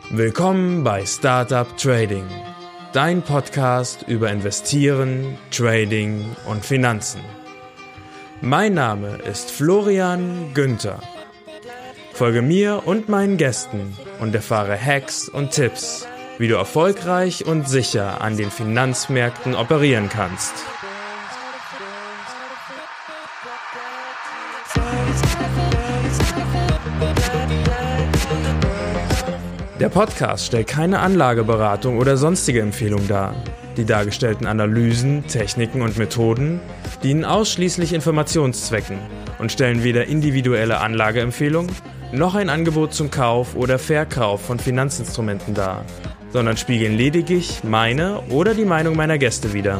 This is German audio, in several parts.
Willkommen bei Startup Trading, dein Podcast über Investieren, Trading und Finanzen. Mein Name ist Florian Günther. Folge mir und meinen Gästen und erfahre Hacks und Tipps, wie du erfolgreich und sicher an den Finanzmärkten operieren kannst. Der Podcast stellt keine Anlageberatung oder sonstige Empfehlung dar. Die dargestellten Analysen, Techniken und Methoden dienen ausschließlich Informationszwecken und stellen weder individuelle Anlageempfehlung noch ein Angebot zum Kauf oder Verkauf von Finanzinstrumenten dar, sondern spiegeln lediglich meine oder die Meinung meiner Gäste wider.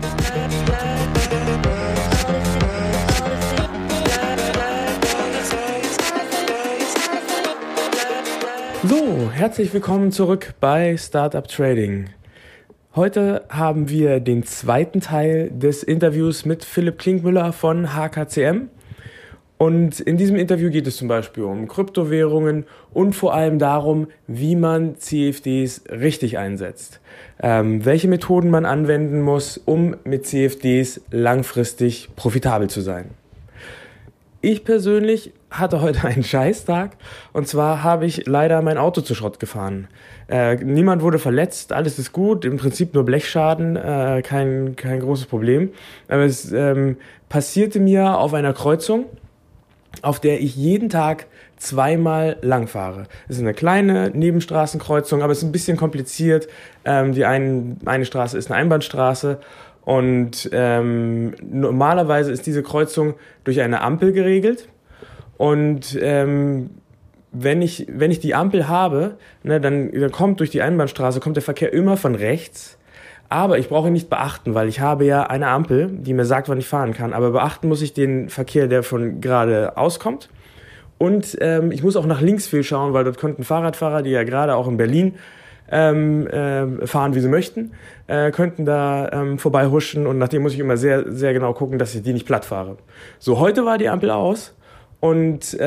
So, herzlich willkommen zurück bei Startup Trading. Heute haben wir den zweiten Teil des Interviews mit Philipp Klinkmüller von HKCM. Und in diesem Interview geht es zum Beispiel um Kryptowährungen und vor allem darum, wie man CFDs richtig einsetzt. Welche Methoden man anwenden muss, um mit CFDs langfristig profitabel zu sein. Ich persönlich hatte heute einen Scheißtag und zwar habe ich leider mein Auto zu Schrott gefahren. Niemand wurde verletzt, alles ist gut, im Prinzip nur Blechschaden, kein großes Problem. Aber es passierte mir auf einer Kreuzung, auf der ich jeden Tag zweimal lang fahre. Es ist eine kleine Nebenstraßenkreuzung, aber es ist ein bisschen kompliziert. Eine Straße ist eine Einbahnstraße. Und normalerweise ist diese Kreuzung durch eine Ampel geregelt. Und wenn ich die Ampel habe, dann kommt durch die Einbahnstraße kommt der Verkehr immer von rechts. Aber ich brauche ihn nicht beachten, weil ich habe ja eine Ampel, die mir sagt, wann ich fahren kann. Aber beachten muss ich den Verkehr, der von geradeaus kommt. Und ich muss auch nach links viel schauen, weil dort könnten Fahrradfahrer, die ja gerade auch in Berlin fahren, wie sie möchten, könnten da vorbeihuschen und nachdem muss ich immer sehr, sehr genau gucken, dass ich die nicht platt fahre. So, heute war die Ampel aus und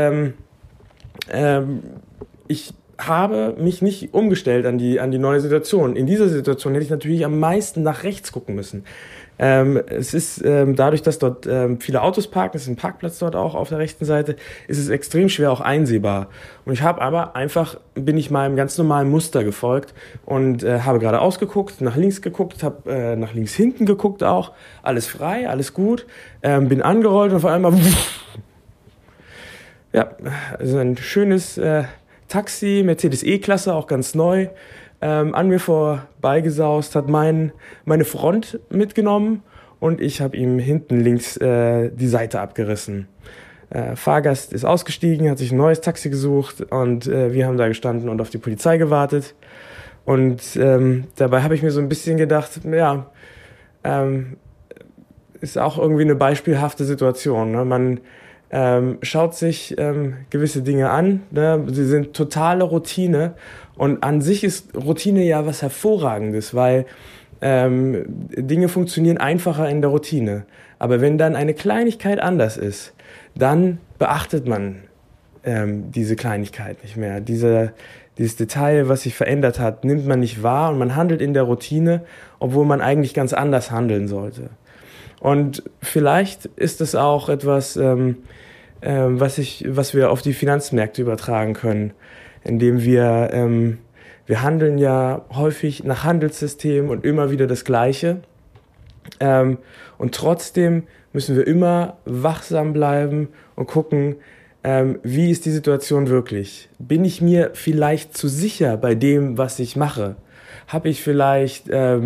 ich habe mich nicht umgestellt an die neue Situation. In dieser Situation hätte ich natürlich am meisten nach rechts gucken müssen. Es ist dadurch, dass dort viele Autos parken, es ist ein Parkplatz dort auch auf der rechten Seite, ist es extrem schwer auch einsehbar. Und ich habe aber bin ich meinem ganz normalen Muster gefolgt und habe geradeaus geguckt, nach links geguckt, habe nach links hinten geguckt auch, alles frei, alles gut, bin angerollt und auf einmal ja, also ein schönes Taxi, Mercedes E-Klasse, auch ganz neu, an mir vorbeigesaust, hat meine Front mitgenommen und ich habe ihm hinten links die Seite abgerissen. Fahrgast ist ausgestiegen, hat sich ein neues Taxi gesucht und wir haben da gestanden und auf die Polizei gewartet. Und dabei habe ich mir so ein bisschen gedacht, ja, ist auch irgendwie eine beispielhafte Situation. Ne? Man schaut sich gewisse Dinge an, ne? Sie sind totale Routine und an sich ist Routine ja was Hervorragendes, weil Dinge funktionieren einfacher in der Routine. Aber wenn dann eine Kleinigkeit anders ist, dann beachtet man diese Kleinigkeit nicht mehr. Dieses Detail, was sich verändert hat, nimmt man nicht wahr und man handelt in der Routine, obwohl man eigentlich ganz anders handeln sollte. Und vielleicht ist es auch etwas, was wir auf die Finanzmärkte übertragen können, indem wir handeln ja häufig nach Handelssystem und immer wieder das Gleiche. Und trotzdem müssen wir immer wachsam bleiben und gucken, wie ist die Situation wirklich? Bin ich mir vielleicht zu sicher bei dem, was ich mache? Habe ich vielleicht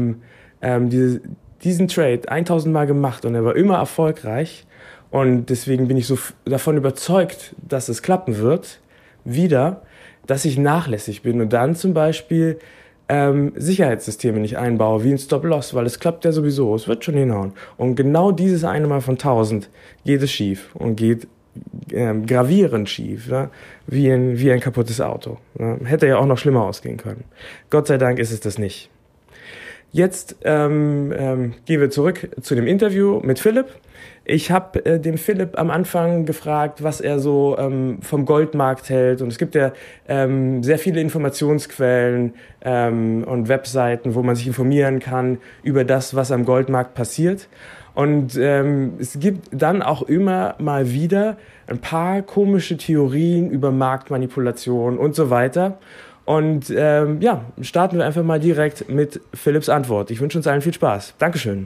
diesen Trade 1000 Mal gemacht und er war immer erfolgreich und deswegen bin ich so davon überzeugt, dass es klappen wird, dass ich nachlässig bin und dann zum Beispiel Sicherheitssysteme nicht einbaue, wie ein Stop-Loss, weil es klappt ja sowieso, es wird schon hinhauen. Und genau dieses eine Mal von 1000 geht es schief und geht gravierend schief, ne? wie ein kaputtes Auto. Ne? Hätte ja auch noch schlimmer ausgehen können. Gott sei Dank ist es das nicht. Jetzt gehen wir zurück zu dem Interview mit Philipp. Ich habe dem Philipp am Anfang gefragt, was er so vom Goldmarkt hält. Und es gibt ja sehr viele Informationsquellen und Webseiten, wo man sich informieren kann über das, was am Goldmarkt passiert. Und es gibt dann auch immer mal wieder ein paar komische Theorien über Marktmanipulation und so weiter. Und starten wir einfach mal direkt mit Philipps Antwort. Ich wünsche uns allen viel Spaß. Dankeschön.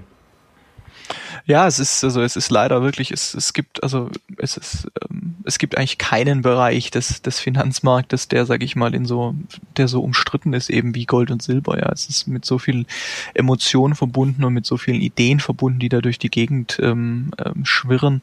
Ja, es ist leider wirklich, es gibt eigentlich keinen Bereich des Finanzmarktes, der, sage ich mal, der so umstritten ist eben wie Gold und Silber. Ja, es ist mit so vielen Emotionen verbunden und mit so vielen Ideen verbunden, die da durch die Gegend schwirren.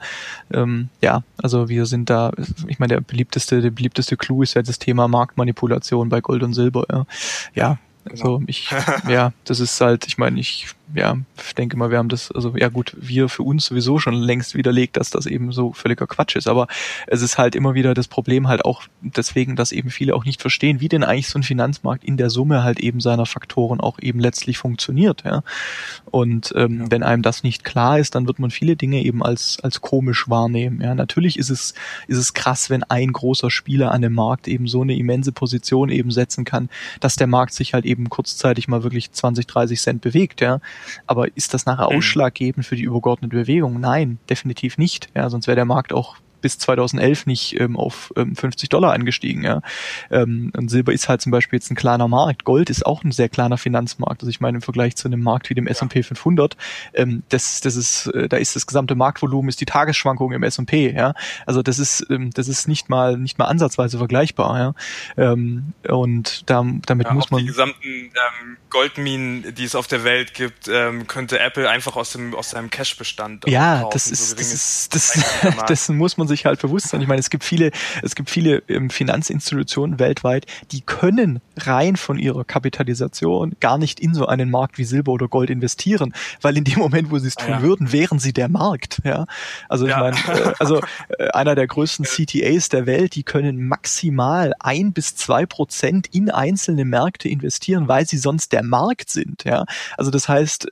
Also wir sind da, ich meine, der beliebteste Clou ist ja das Thema Marktmanipulation bei Gold und Silber. Ja. Also das ist halt, ich meine, ich denke mal, wir haben das, wir für uns sowieso schon längst widerlegt, dass das eben so völliger Quatsch ist, aber es ist halt immer wieder das Problem halt auch deswegen, dass eben viele auch nicht verstehen, wie denn eigentlich so ein Finanzmarkt in der Summe halt eben seiner Faktoren auch eben letztlich funktioniert, ja. Und wenn einem das nicht klar ist, dann wird man viele Dinge eben als komisch wahrnehmen, ja. Natürlich ist es krass, wenn ein großer Spieler an dem Markt eben so eine immense Position eben setzen kann, dass der Markt sich halt eben kurzzeitig mal wirklich 20, 30 Cent bewegt, ja. Aber ist das nachher ausschlaggebend für die übergeordnete Bewegung? Nein, definitiv nicht. Ja, sonst wäre der Markt auch bis 2011 nicht auf $50 angestiegen. Ja. Und Silber ist halt zum Beispiel jetzt ein kleiner Markt. Gold ist auch ein sehr kleiner Finanzmarkt. Also ich meine, im Vergleich zu einem Markt wie dem S&P 500, da ist das gesamte Marktvolumen, ist die Tagesschwankung im S&P. Ja. Also das ist nicht mal ansatzweise vergleichbar. Ja. Und damit muss man... Die gesamten Goldminen, die es auf der Welt gibt, könnte Apple einfach aus seinem Cash-Bestand kaufen. Das muss man sich halt bewusst sein. Ich meine, es gibt viele Finanzinstitutionen weltweit, die können rein von ihrer Kapitalisation gar nicht in so einen Markt wie Silber oder Gold investieren, weil in dem Moment, wo sie es tun würden, wären sie der Markt. Ja, also ich meine, einer der größten CTAs der Welt, die können maximal 1-2% in einzelne Märkte investieren, weil sie sonst der Markt sind. Ja, also das heißt,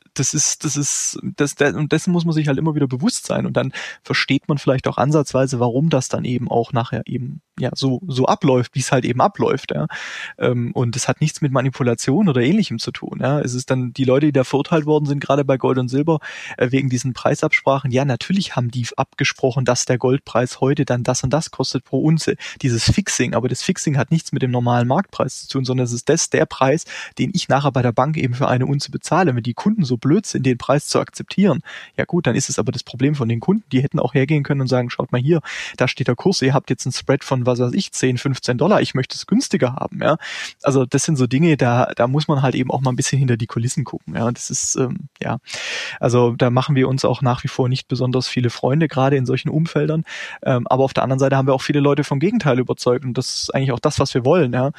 und dessen muss man sich halt immer wieder bewusst sein und dann versteht man vielleicht auch ansatzweise, warum das dann eben auch nachher eben so abläuft, wie es halt eben abläuft, ja. Und es hat nichts mit Manipulation oder Ähnlichem zu tun, ja. Es ist dann die Leute, die da verurteilt worden sind, gerade bei Gold und Silber, wegen diesen Preisabsprachen. Ja, natürlich haben die abgesprochen, dass der Goldpreis heute dann das und das kostet pro Unze. Dieses Fixing, aber das Fixing hat nichts mit dem normalen Marktpreis zu tun, sondern es ist der Preis, den ich nachher bei der Bank eben für eine Unze bezahle. Wenn die Kunden so blöd sind, den Preis zu akzeptieren, ja gut, dann ist es aber das Problem von den Kunden. Die hätten auch hergehen können und sagen, schaut mal hier, da steht der Kurs, ihr habt jetzt einen Spread von, was weiß ich, $10-15, ich möchte es günstiger haben, ja. Also das sind so Dinge, da muss man halt eben auch mal ein bisschen hinter die Kulissen gucken, ja. Das ist, also da machen wir uns auch nach wie vor nicht besonders viele Freunde, gerade in solchen Umfeldern, aber auf der anderen Seite haben wir auch viele Leute vom Gegenteil überzeugt und das ist eigentlich auch das, was wir wollen, ja.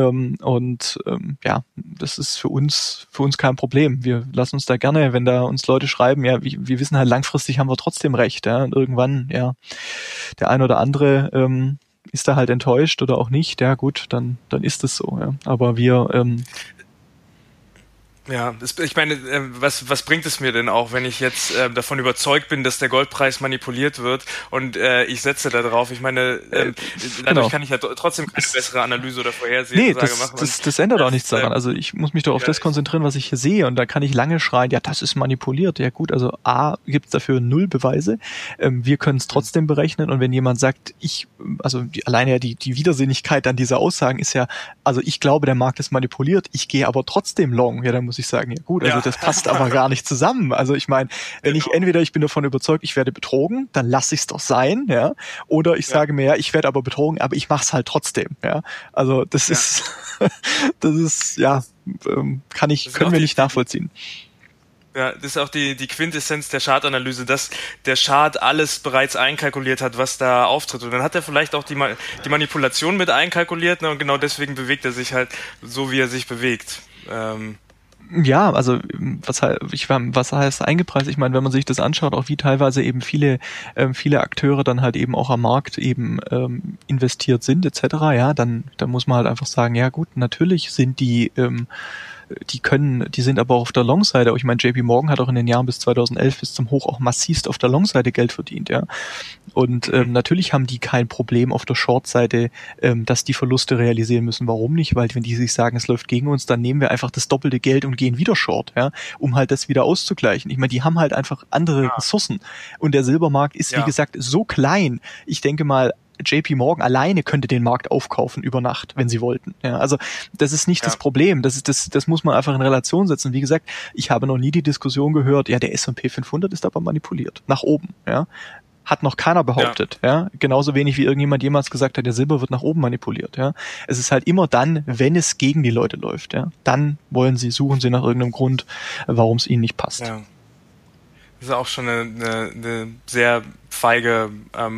Das ist für uns kein Problem. Wir lassen uns da gerne, wenn da uns Leute schreiben, ja, wir wissen halt, langfristig haben wir trotzdem recht, ja, und irgendwann, ja, der ein oder andere ist da halt enttäuscht oder auch nicht, ja gut, dann ist es so, ja. Aber wir ich meine, was bringt es mir denn auch, wenn ich jetzt davon überzeugt bin, dass der Goldpreis manipuliert wird und ich setze da drauf? Ich meine, dadurch kann ich ja trotzdem keine bessere Analyse oder Vorhersage machen. Das ändert auch nichts daran. Also ich muss mich doch auf das konzentrieren, was ich hier sehe und da kann ich lange schreien, ja, das ist manipuliert. Ja gut, also A, gibt es dafür 0 Beweise. Wir können es trotzdem berechnen und wenn jemand sagt, alleine die Widersinnigkeit an dieser Aussagen ist ja, also ich glaube, der Markt ist manipuliert, ich gehe aber trotzdem long. Ja, dann muss ich sagen, ja gut, also das passt aber gar nicht zusammen. Also ich meine, wenn ich bin davon überzeugt, ich werde betrogen, dann lasse ich es doch sein, ja. Oder ich sage mir, ja, ich werde aber betrogen, aber ich mache es halt trotzdem, ja. Also das ist können wir nicht nachvollziehen. Ja, das ist auch die Quintessenz der Chartanalyse, dass der Chart alles bereits einkalkuliert hat, was da auftritt. Und dann hat er vielleicht auch die Manipulation mit einkalkuliert, ne? Und genau deswegen bewegt er sich halt so, wie er sich bewegt. Ja, also was heißt eingepreist? Ich meine, wenn man sich das anschaut, auch wie teilweise eben viele Akteure dann halt eben auch am Markt eben investiert sind etc., ja, dann muss man halt einfach sagen, ja gut, natürlich sind die die sind aber auch auf der Long-Seite, ich meine, JP Morgan hat auch in den Jahren bis 2011 bis zum Hoch auch massivst auf der Long-Seite Geld verdient, ja. Und natürlich haben die kein Problem auf der Short-Seite, dass die Verluste realisieren müssen. Warum nicht? Weil wenn die sich sagen, es läuft gegen uns, dann nehmen wir einfach das doppelte Geld und gehen wieder Short, ja, um halt das wieder auszugleichen. Ich meine, die haben halt einfach andere Ressourcen. Und der Silbermarkt ist, wie gesagt, so klein. Ich denke mal, JP Morgan alleine könnte den Markt aufkaufen über Nacht, wenn sie wollten. Ja, also das ist nicht das Problem. Das muss man einfach in Relation setzen. Wie gesagt, ich habe noch nie die Diskussion gehört, ja, der S&P 500 ist aber manipuliert. Nach oben, ja. Hat noch keiner behauptet, ja. Genauso wenig wie irgendjemand jemals gesagt hat, der Silber wird nach oben manipuliert, ja. Es ist halt immer dann, wenn es gegen die Leute läuft, ja. Dann suchen sie nach irgendeinem Grund, warum es ihnen nicht passt. Ja. Das ist auch schon eine sehr feiger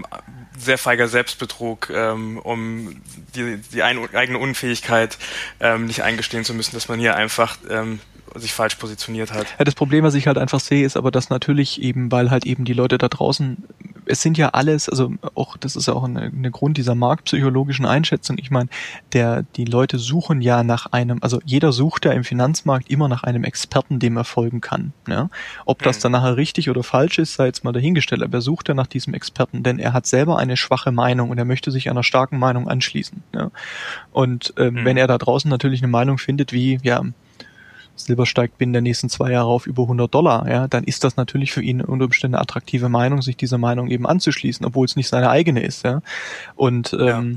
Selbstbetrug, um die eigene Unfähigkeit nicht eingestehen zu müssen, dass man hier einfach sich falsch positioniert hat. Ja, das Problem, was ich halt einfach sehe, ist aber, dass natürlich eben, weil halt eben die Leute da draußen, es sind ja alles, also auch, das ist ja auch eine Grund dieser marktpsychologischen Einschätzung. Ich meine, die Leute suchen ja nach also jeder sucht ja im Finanzmarkt immer nach einem Experten, dem er folgen kann. Ja? Ob das dann nachher richtig oder falsch ist, sei jetzt mal dahingestellt, aber er sucht ja nach diesem Experten, denn er hat selber eine schwache Meinung und er möchte sich einer starken Meinung anschließen. Ja? Und wenn er da draußen natürlich eine Meinung findet wie, ja, Silber steigt binnen der nächsten 2 Jahre auf über $100, ja, dann ist das natürlich für ihn unter Umständen eine attraktive Meinung, sich dieser Meinung eben anzuschließen, obwohl es nicht seine eigene ist, ja. Und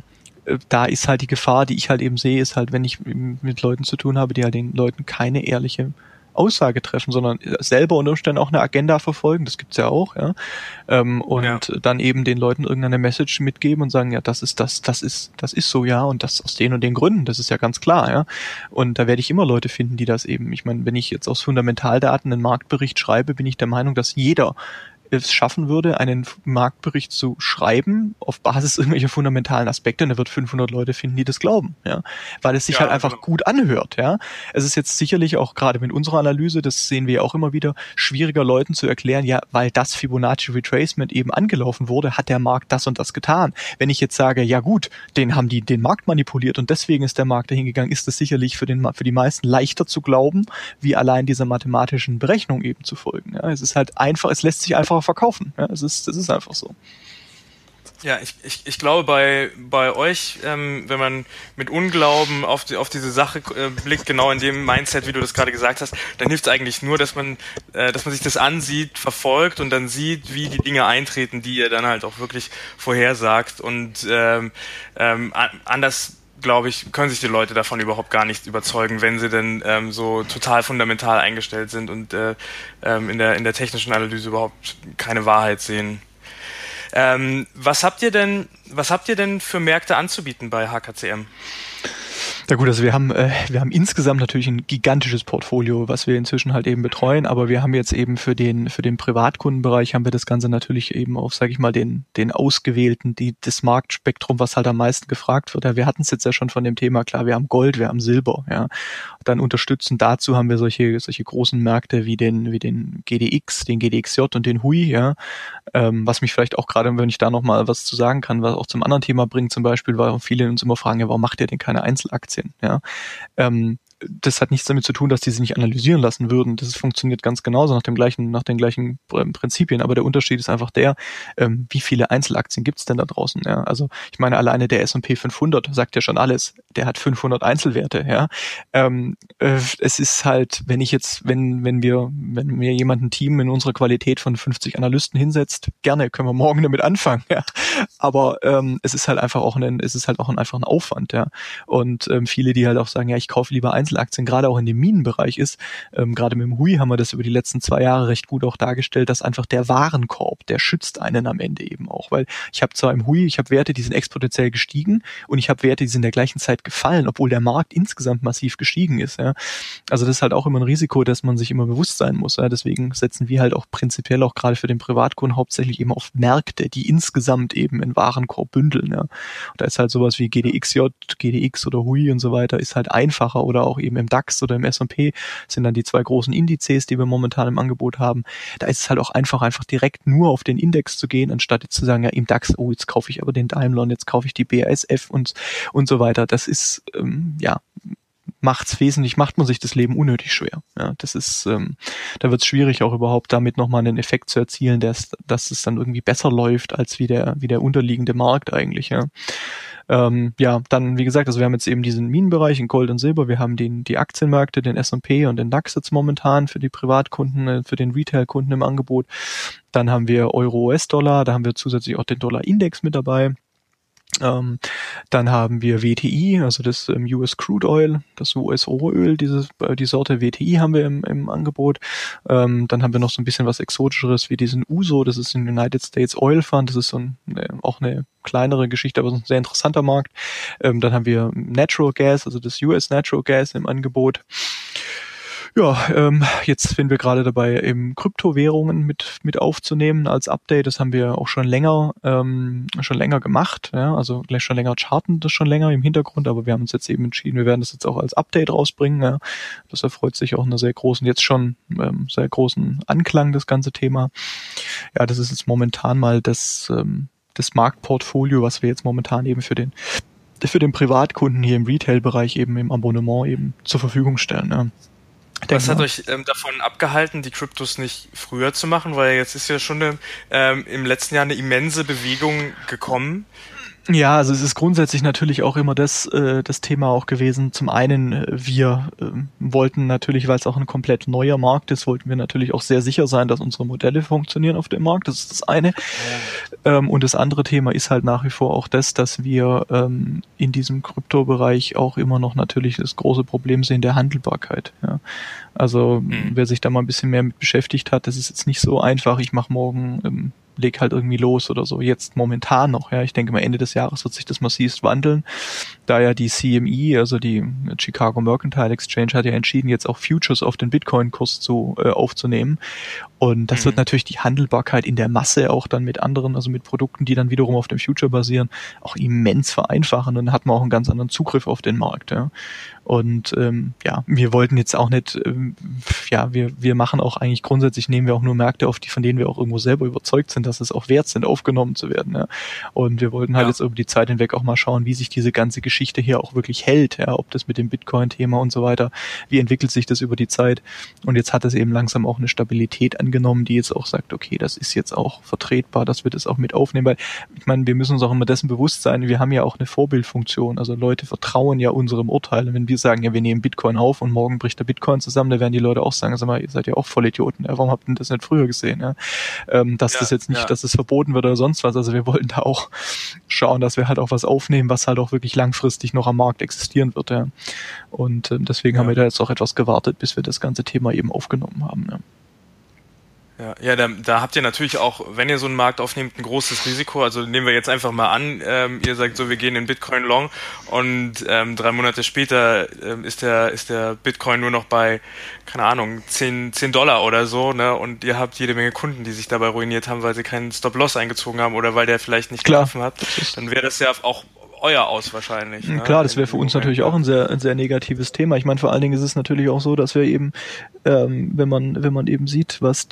da ist halt die Gefahr, die ich halt eben sehe, ist halt, wenn ich mit Leuten zu tun habe, die halt den Leuten keine ehrliche Aussage treffen, sondern selber unter Umständen auch eine Agenda verfolgen, das gibt's ja auch, ja, dann eben den Leuten irgendeine Message mitgeben und sagen, ja, das ist so, ja, und das aus den und den Gründen, das ist ja ganz klar, ja, und da werde ich immer Leute finden, die das eben, ich meine, wenn ich jetzt aus Fundamentaldaten einen Marktbericht schreibe, bin ich der Meinung, dass jeder es schaffen würde, einen Marktbericht zu schreiben auf Basis irgendwelcher fundamentalen Aspekte, und er wird 500 Leute finden, die das glauben, ja, weil es sich halt einfach gut anhört, ja. Es ist jetzt sicherlich auch gerade mit unserer Analyse, das sehen wir ja auch immer wieder, schwieriger Leuten zu erklären, ja, weil das Fibonacci Retracement eben angelaufen wurde, hat der Markt das und das getan. Wenn ich jetzt sage, ja gut, haben die den Markt manipuliert und deswegen ist der Markt dahin gegangen, ist es sicherlich für die meisten leichter zu glauben, wie allein dieser mathematischen Berechnung eben zu folgen. Ja, es ist halt einfach, es lässt sich einfach verkaufen. Ja, das ist einfach so. Ja, ich glaube bei euch, wenn man mit Unglauben auf diese Sache blickt, genau in dem Mindset, wie du das gerade gesagt hast, dann hilft es eigentlich nur, dass man sich das ansieht, verfolgt und dann sieht, wie die Dinge eintreten, die ihr dann halt auch wirklich vorhersagt, und anders, glaube ich, können sich die Leute davon überhaupt gar nicht überzeugen, wenn sie denn so total fundamental eingestellt sind und in der technischen Analyse überhaupt keine Wahrheit sehen. Was habt ihr denn für Märkte anzubieten bei HKCM? Na gut, also wir haben insgesamt natürlich ein gigantisches Portfolio, was wir inzwischen halt eben betreuen, aber wir haben jetzt eben für den Privatkundenbereich haben wir das Ganze natürlich eben auf, sage ich mal, den ausgewählten, das Marktspektrum, was halt am meisten gefragt wird. Ja, wir hatten es jetzt ja schon von dem Thema, klar, wir haben Gold, wir haben Silber, ja. Dann unterstützend dazu haben wir solche großen Märkte wie den GDX, den GDXJ und den HUI, ja. Was mich vielleicht auch gerade, wenn ich da nochmal was zu sagen kann, was auch zum anderen Thema bringt, zum Beispiel, weil viele uns immer fragen, ja, warum macht ihr denn keine Einzelaktien? Ja, das hat nichts damit zu tun, dass die sich nicht analysieren lassen würden. Das funktioniert ganz genauso nach den gleichen Prinzipien. Aber der Unterschied ist einfach wie viele Einzelaktien gibt es denn da draußen? Ja, also ich meine, alleine der S&P 500 sagt ja schon alles. Der hat 500 Einzelwerte. Ja, es ist halt, wenn mir jemand ein Team in unserer Qualität von 50 Analysten hinsetzt, gerne können wir morgen damit anfangen. Ja, aber es ist halt einfach auch einfach ein Aufwand. Ja, und viele, die halt auch sagen, ja, ich kaufe lieber Einzelaktien, gerade auch in dem Minenbereich ist, gerade mit dem HUI haben wir das über die letzten 2 Jahre recht gut auch dargestellt, dass einfach der Warenkorb, der schützt einen am Ende eben auch, weil ich habe zwar im HUI, ich habe Werte, die sind exponentiell gestiegen, und ich habe Werte, die sind in der gleichen Zeit gefallen, obwohl der Markt insgesamt massiv gestiegen ist. Ja. Also das ist halt auch immer ein Risiko, dass man sich immer bewusst sein muss. Ja. Deswegen setzen wir halt auch prinzipiell auch gerade für den Privatkunden hauptsächlich eben auf Märkte, die insgesamt eben in Warenkorb bündeln. Ja. Und da ist halt sowas wie GDXJ, GDX oder HUI und so weiter, ist halt einfacher, oder auch eben im DAX oder im S&P sind dann die 2 großen Indizes, die wir momentan im Angebot haben. Da ist es halt auch einfach direkt nur auf den Index zu gehen, anstatt jetzt zu sagen, ja, im DAX, oh, jetzt kaufe ich aber den Daimler und jetzt kaufe ich die BASF und so weiter. Das ist, macht man sich das Leben unnötig schwer. Ja, das ist, da wird es schwierig, auch überhaupt damit nochmal einen Effekt zu erzielen, dass es dann irgendwie besser läuft als wie der unterliegende Markt eigentlich. Ja. Dann, wie gesagt, also wir haben jetzt eben diesen Minenbereich in Gold und Silber, wir haben die Aktienmärkte, den S&P und den DAX jetzt momentan für die Privatkunden, für den Retail-Kunden im Angebot. Dann haben wir Euro, US-Dollar, da haben wir zusätzlich auch den Dollar-Index mit dabei. Dann haben wir WTI, also das US Crude Oil, das US-Rohöl, die Sorte WTI haben wir im Angebot. Dann haben wir noch so ein bisschen was Exotischeres wie diesen USO, das ist ein United States Oil Fund, das ist auch eine kleinere Geschichte, aber ein sehr interessanter Markt. Dann haben wir Natural Gas, also das US Natural Gas im Angebot. Ja, jetzt sind wir gerade dabei, eben Kryptowährungen mit aufzunehmen als Update. Das haben wir auch schon länger gemacht. Ja, also schon länger charten das schon länger im Hintergrund, aber wir haben uns jetzt eben entschieden, wir werden das jetzt auch als Update rausbringen. Ja. Das erfreut sich auch einer sehr großen Anklang, das ganze Thema. Ja, das ist jetzt momentan mal das Marktportfolio, was wir jetzt momentan eben für den Privatkunden hier im Retail-Bereich eben im Abonnement eben zur Verfügung stellen. Ja. Was hat euch davon abgehalten, die Kryptos nicht früher zu machen? Weil jetzt ist ja schon im letzten Jahr eine immense Bewegung gekommen. Ja, also es ist grundsätzlich natürlich auch immer das Thema auch gewesen. Zum einen, wir wollten natürlich, weil es auch ein komplett neuer Markt ist, wollten wir natürlich auch sehr sicher sein, dass unsere Modelle funktionieren auf dem Markt. Das ist das eine. Ja. Und das andere Thema ist halt nach wie vor auch dass wir in diesem Kryptobereich auch immer noch natürlich das große Problem sehen der Handelbarkeit. Ja. Also wer sich da mal ein bisschen mehr mit beschäftigt hat, das ist jetzt nicht so einfach. Ich mache morgen leg halt irgendwie los oder so. Jetzt momentan noch, ja. Ich denke mal, Ende des Jahres wird sich das massivst wandeln. Da ja die CME, also die Chicago Mercantile Exchange, hat ja entschieden, jetzt auch Futures auf den Bitcoin-Kurs aufzunehmen. Und das wird natürlich die Handelbarkeit in der Masse auch dann mit anderen, also mit Produkten, die dann wiederum auf dem Future basieren, auch immens vereinfachen. Und dann hat man auch einen ganz anderen Zugriff auf den Markt, ja. Und wir wollten jetzt auch nicht, wir machen auch eigentlich grundsätzlich, nehmen wir auch nur Märkte auf, von denen wir auch irgendwo selber überzeugt sind, dass es auch wert sind, aufgenommen zu werden. Ja. Und wir wollten halt jetzt über die Zeit hinweg auch mal schauen, wie sich diese ganze Geschichte hier auch wirklich hält, ja, ob das mit dem Bitcoin-Thema und so weiter, wie entwickelt sich das über die Zeit. Und jetzt hat es eben langsam auch eine Stabilität angenommen, die jetzt auch sagt, okay, das ist jetzt auch vertretbar, dass wir das auch mit aufnehmen, weil ich meine, wir müssen uns auch immer dessen bewusst sein, wir haben ja auch eine Vorbildfunktion, also Leute vertrauen ja unserem Urteil. Und wenn wir sagen, ja, wir nehmen Bitcoin auf und morgen bricht der Bitcoin zusammen, da werden die Leute auch sagen, sag mal, ihr seid ja auch Vollidioten, ja, warum habt ihr das nicht früher gesehen? Ja? Das jetzt nicht, dass es verboten wird oder sonst was, also wir wollten da auch schauen, dass wir halt auch was aufnehmen, was halt auch wirklich langfristig noch am Markt existieren wird. Ja? Und deswegen haben wir da jetzt auch etwas gewartet, bis wir das ganze Thema eben aufgenommen haben. Ja. Ja, da habt ihr natürlich auch, wenn ihr so einen Markt aufnehmt, ein großes Risiko. Also nehmen wir jetzt einfach mal an, ihr sagt so, wir gehen in Bitcoin long und 3 Monate später ist der Bitcoin nur noch bei, keine Ahnung, $10 oder so, ne? Und ihr habt jede Menge Kunden, die sich dabei ruiniert haben, weil sie keinen Stop-Loss eingezogen haben oder weil der vielleicht nicht getroffen hat. Dann wäre das ja auch euer aus wahrscheinlich. Ne? Klar, das wäre für uns natürlich auch ein sehr negatives Thema. Ich meine, vor allen Dingen ist es natürlich auch so, dass wir eben, wenn man eben sieht, was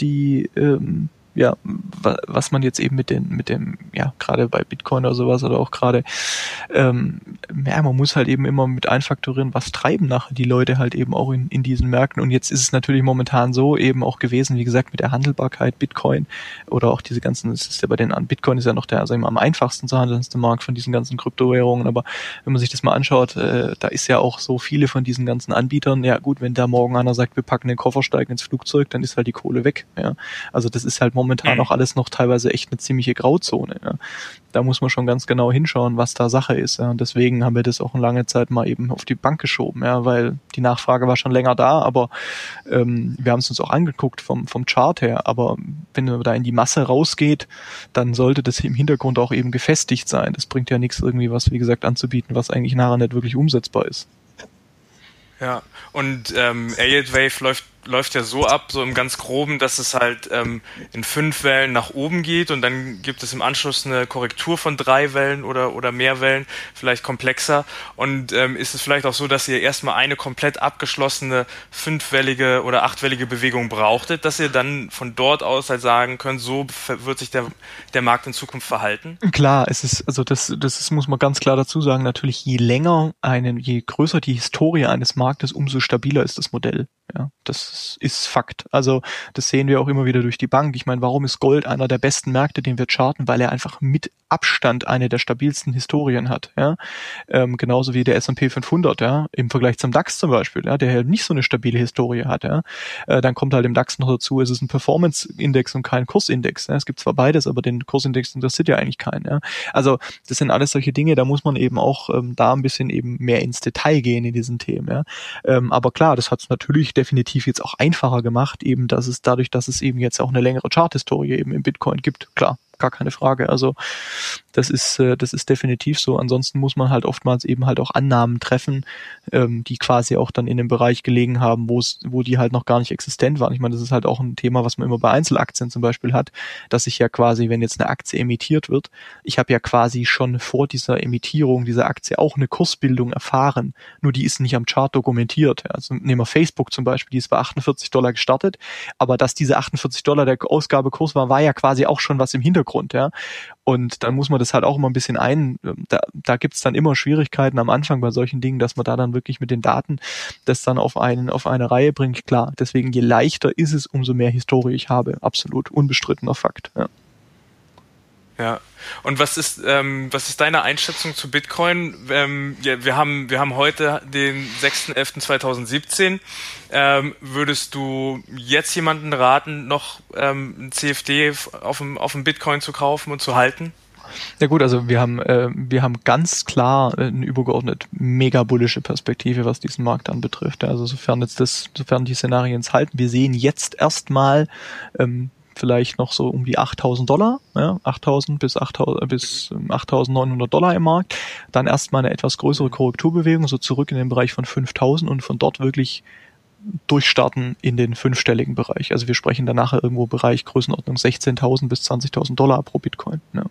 was man jetzt eben mit dem, gerade bei Bitcoin oder sowas oder auch gerade, man muss halt eben immer mit einfaktorieren, was treiben nachher die Leute halt eben auch in diesen Märkten. Und jetzt ist es natürlich momentan so eben auch gewesen, wie gesagt, mit der Handelbarkeit Bitcoin oder auch diese ganzen, es ist ja bei den Bitcoin ist ja noch der, am einfachsten zu handelndste Markt von diesen ganzen Kryptowährungen. Aber wenn man sich das mal anschaut, da ist ja auch so viele von diesen ganzen Anbietern, ja gut, wenn da morgen einer sagt, wir packen den Koffer, steigen ins Flugzeug, dann ist halt die Kohle weg. Ja. Also das ist halt momentan auch alles noch teilweise echt eine ziemliche Grauzone. Ja. Da muss man schon ganz genau hinschauen, was da Sache ist. Ja. Und deswegen haben wir das auch eine lange Zeit mal eben auf die Bank geschoben, ja, weil die Nachfrage war schon länger da, aber wir haben es uns auch angeguckt vom Chart her. Aber wenn man da in die Masse rausgeht, dann sollte das im Hintergrund auch eben gefestigt sein. Das bringt ja nichts, irgendwie was, wie gesagt, anzubieten, was eigentlich nachher nicht wirklich umsetzbar ist. Ja, und Elliott Wave läuft läuft ja so ab, so im ganz Groben, dass es halt in 5 Wellen nach oben geht und dann gibt es im Anschluss eine Korrektur von 3 Wellen oder mehr Wellen, vielleicht komplexer. Und ist es vielleicht auch so, dass ihr erstmal eine komplett abgeschlossene 5-wellige oder 8-wellige Bewegung brauchtet, dass ihr dann von dort aus halt sagen könnt, so wird sich der Markt in Zukunft verhalten? Klar, muss man ganz klar dazu sagen, natürlich je größer die Historie eines Marktes, umso stabiler ist das Modell. Ja, das ist Fakt. Also das sehen wir auch immer wieder durch die Bank. Ich meine, warum ist Gold einer der besten Märkte, den wir charten? Weil er einfach mit Abstand eine der stabilsten Historien hat. Ja, genauso wie der S&P 500. Ja, im Vergleich zum DAX zum Beispiel. Ja, der halt nicht so eine stabile Historie hat. Ja, dann kommt halt im DAX noch dazu, es ist ein Performance-Index und kein Kursindex. Ja, es gibt zwar beides, aber den Kursindex interessiert ja eigentlich keinen. Ja, also das sind alles solche Dinge. Da muss man eben auch da ein bisschen eben mehr ins Detail gehen in diesen Themen. Ja, aber klar, das hat es natürlich definitiv jetzt auch einfacher gemacht, eben dass es eben jetzt auch eine längere Charthistorie eben im Bitcoin gibt. Klar, gar keine Frage. Also das ist definitiv so. Ansonsten muss man halt oftmals eben halt auch Annahmen treffen, die quasi auch dann in dem Bereich gelegen haben, wo die halt noch gar nicht existent waren. Ich meine, das ist halt auch ein Thema, was man immer bei Einzelaktien zum Beispiel hat, dass ich ja quasi, wenn jetzt eine Aktie emittiert wird, ich habe ja quasi schon vor dieser Emittierung dieser Aktie auch eine Kursbildung erfahren. Nur die ist nicht am Chart dokumentiert. Also nehmen wir Facebook zum Beispiel, die ist bei $48 gestartet, aber dass diese $48 der Ausgabekurs war ja quasi auch schon was im Hintergrund, ja. Und dann muss man das halt auch immer ein bisschen da gibt's dann immer Schwierigkeiten am Anfang bei solchen Dingen, dass man da dann wirklich mit den Daten das dann auf eine Reihe bringt. Klar, deswegen je leichter ist es, umso mehr Historie ich habe. Absolut, unbestrittener Fakt. Ja. Ja. Und was ist deine Einschätzung zu Bitcoin? Wir haben heute den 6.11.2017. Würdest du jetzt jemanden raten, noch ein CFD auf dem Bitcoin zu kaufen und zu halten? Ja gut, also wir haben ganz klar eine übergeordnet mega bullische Perspektive, was diesen Markt anbetrifft. Also sofern die Szenarien halten, wir sehen jetzt erstmal vielleicht noch so um die $8.000, ja, 8.000 bis 8.900 Dollar im Markt. Dann erstmal eine etwas größere Korrekturbewegung, so zurück in den Bereich von 5.000 und von dort wirklich durchstarten in den 5-stelligen Bereich. Also wir sprechen dann nachher irgendwo Bereich Größenordnung 16.000 bis 20.000 Dollar pro Bitcoin. Ja.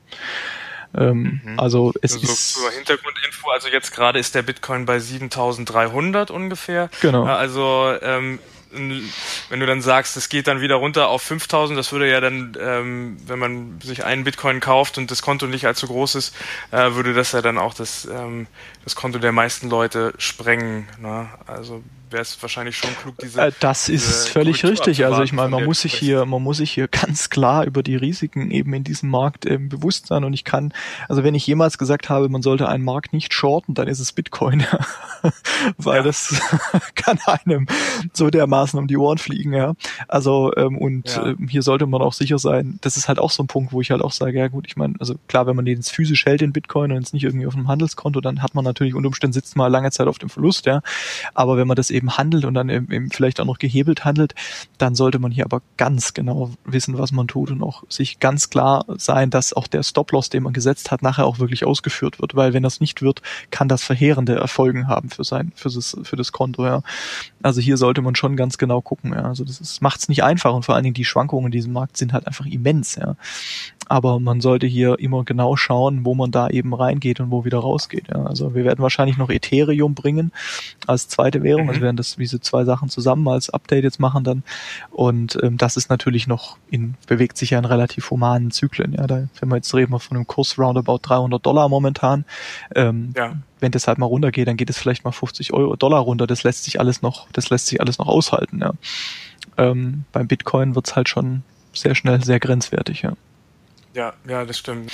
Also es ist... Zur Hintergrundinfo, also jetzt gerade ist der Bitcoin bei 7.300 ungefähr. Genau. Also wenn du dann sagst, es geht dann wieder runter auf 5.000, das würde ja dann, wenn man sich einen Bitcoin kauft und das Konto nicht allzu groß ist, würde das ja dann auch das Konto der meisten Leute sprengen. Ne? Also wäre es wahrscheinlich schon klug, das ist völlig richtig. Also ich meine, man muss sich hier ganz klar über die Risiken eben in diesem Markt bewusst sein. Und wenn ich jemals gesagt habe, man sollte einen Markt nicht shorten, dann ist es Bitcoin. Weil das kann einem so dermaßen um die Ohren fliegen, ja. Also, hier sollte man auch sicher sein, das ist halt auch so ein Punkt, wo ich halt auch sage, ja gut, ich meine, also klar, wenn man den jetzt physisch hält in Bitcoin und jetzt nicht irgendwie auf einem Handelskonto, dann hat man natürlich unter Umständen sitzt mal lange Zeit auf dem Verlust, ja. Aber wenn man das eben handelt und dann eben vielleicht auch noch gehebelt handelt, dann sollte man hier aber ganz genau wissen, was man tut und auch sich ganz klar sein, dass auch der Stop-Loss, den man gesetzt hat, nachher auch wirklich ausgeführt wird, weil wenn das nicht wird, kann das verheerende Erfolgen haben für das Konto, ja. Also hier sollte man schon ganz genau gucken, ja. Also macht's nicht einfach und vor allen Dingen die Schwankungen in diesem Markt sind halt einfach immens, ja. Aber man sollte hier immer genau schauen, wo man da eben reingeht und wo wieder rausgeht, ja. Also wir werden wahrscheinlich noch Ethereum bringen als zweite Währung, also wir werden diese 2 Sachen zusammen als Update jetzt machen dann und das ist natürlich noch bewegt sich ja in relativ humanen Zyklen, ja. Wenn wir jetzt reden von einem Kurs roundabout $300 momentan, wenn das halt mal runtergeht, dann geht es vielleicht mal $50 runter. Das lässt sich alles noch aushalten, ja. Beim Bitcoin wird's halt schon sehr schnell sehr grenzwertig, ja. Ja, das stimmt.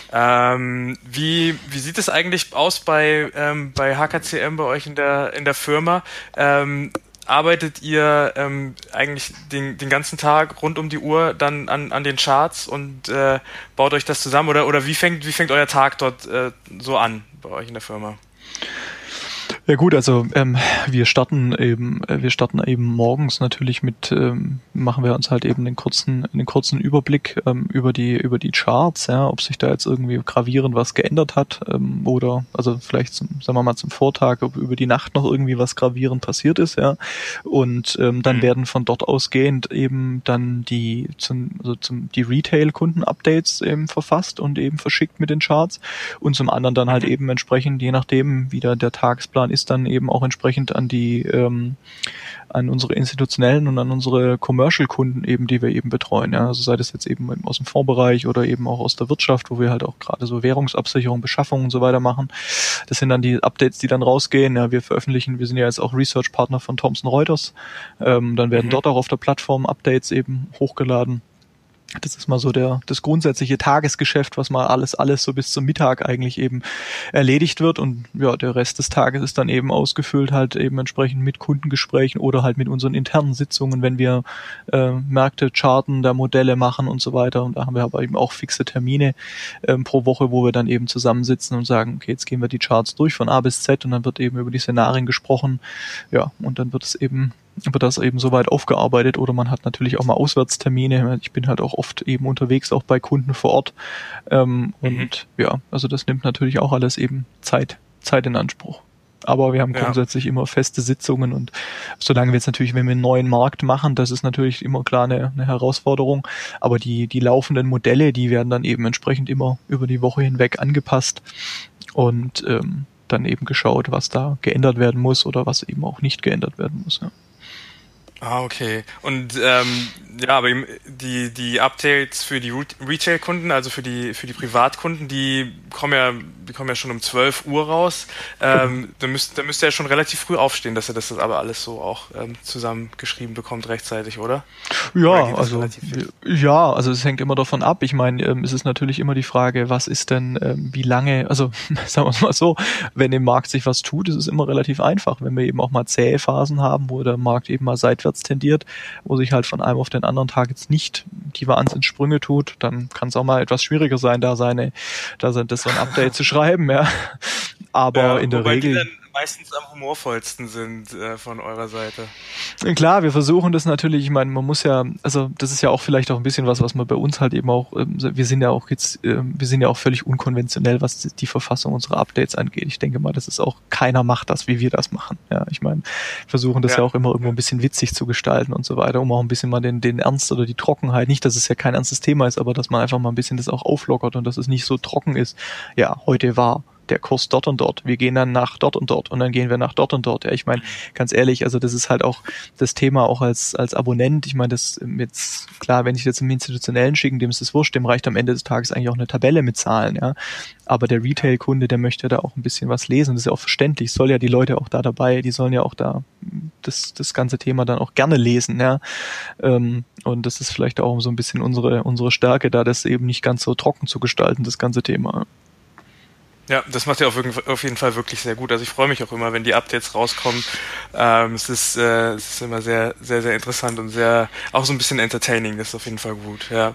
Wie sieht es eigentlich aus bei HKCM bei euch in der Firma? Arbeitet ihr eigentlich den ganzen Tag rund um die Uhr dann an den Charts und baut euch das zusammen oder wie fängt euer Tag dort so an bei euch in der Firma? Ja gut, also wir starten eben morgens natürlich mit, machen wir uns halt eben den kurzen Überblick über die Charts, ja, ob sich da jetzt irgendwie gravierend was geändert hat oder also vielleicht sagen wir mal zum Vortag, ob über die Nacht noch irgendwie was gravierend passiert ist, ja. Und dann werden von dort ausgehend eben dann die Retail-Kunden-Updates eben verfasst und eben verschickt mit den Charts und zum anderen dann halt eben entsprechend, je nachdem, wie der Tagesplan ist, dann eben auch entsprechend an an unsere institutionellen und an unsere Commercial-Kunden eben, die wir eben betreuen. Ja. Also sei das jetzt eben aus dem Fondsbereich oder eben auch aus der Wirtschaft, wo wir halt auch gerade so Währungsabsicherung, Beschaffung und so weiter machen. Das sind dann die Updates, die dann rausgehen. Ja, wir sind ja jetzt auch Research-Partner von Thomson Reuters. Dann werden dort auch auf der Plattform Updates eben hochgeladen. Das ist mal so das grundsätzliche Tagesgeschäft, was mal alles so bis zum Mittag eigentlich eben erledigt wird und ja, der Rest des Tages ist dann eben ausgefüllt halt eben entsprechend mit Kundengesprächen oder halt mit unseren internen Sitzungen, wenn wir Märkte charten, da Modelle machen und so weiter und da haben wir aber eben auch fixe Termine pro Woche, wo wir dann eben zusammensitzen und sagen, okay, jetzt gehen wir die Charts durch von A bis Z und dann wird eben über die Szenarien gesprochen, ja, und dann wird das eben soweit aufgearbeitet oder man hat natürlich auch mal Auswärtstermine. Ich bin halt auch oft eben unterwegs, auch bei Kunden vor Ort. Und ja, also das nimmt natürlich auch alles eben Zeit in Anspruch. Aber wir haben grundsätzlich immer feste Sitzungen und solange wir jetzt natürlich, wenn wir einen neuen Markt machen, das ist natürlich immer klar eine Herausforderung. Aber die laufenden Modelle, die werden dann eben entsprechend immer über die Woche hinweg angepasst und dann eben geschaut, was da geändert werden muss oder was eben auch nicht geändert werden muss. Ja. Ah, okay. Und aber die Updates für die Retail-Kunden, also für die Privatkunden, die kommen ja schon um 12 Uhr raus. Da müsst ihr ja schon relativ früh aufstehen, dass ihr das aber alles so auch zusammengeschrieben bekommt rechtzeitig, oder? Ja, also es hängt immer davon ab. Ich meine, es ist natürlich immer die Frage, was ist denn, wie lange, also sagen wir es mal so, wenn im Markt sich was tut, ist es immer relativ einfach. Wenn wir eben auch mal zähe Phasen haben, wo der Markt eben mal seitwärts tendiert, wo sich halt von einem auf den anderen Tag jetzt nicht die Wahnsinnssprünge tut, dann kann es auch mal etwas schwieriger sein, das so ein Update zu schreiben, ja. Aber in der Regel. Die dann meistens am humorvollsten sind von eurer Seite. Klar, wir versuchen das natürlich, ich meine, man muss ja, also das ist ja auch vielleicht auch ein bisschen was man bei uns halt eben auch, wir sind ja auch völlig unkonventionell, was die Verfassung unserer Updates angeht. Ich denke mal, das ist auch, keiner macht das, wie wir das machen. Ja, ich meine, versuchen das ja auch immer irgendwo ein bisschen witzig zu gestalten und so weiter, um auch ein bisschen mal den Ernst oder die Trockenheit, nicht, dass es ja kein ernstes Thema ist, aber dass man einfach mal ein bisschen das auch auflockert und dass es nicht so trocken ist. Ja, heute war der Kurs dort und dort, wir gehen dann nach dort und dort und dann gehen wir nach dort und dort. Ja, ich meine, ganz ehrlich, also das ist halt auch das Thema auch als Abonnent. Ich meine, das jetzt, klar, wenn ich jetzt im Institutionellen schicke, dem ist das wurscht, dem reicht am Ende des Tages eigentlich auch eine Tabelle mit Zahlen, ja. Aber der Retail-Kunde, der möchte da auch ein bisschen was lesen. Das ist ja auch verständlich. Soll ja die Leute auch da dabei, die sollen ja auch da das ganze Thema dann auch gerne lesen, ja. Und das ist vielleicht auch so ein bisschen unsere Stärke, da das eben nicht ganz so trocken zu gestalten, das ganze Thema. Ja, das macht ihr auf jeden Fall wirklich sehr gut. Also ich freue mich auch immer, wenn die Updates rauskommen. Es ist immer sehr, sehr, sehr interessant und sehr, auch so ein bisschen entertaining. Das ist auf jeden Fall gut. Ja,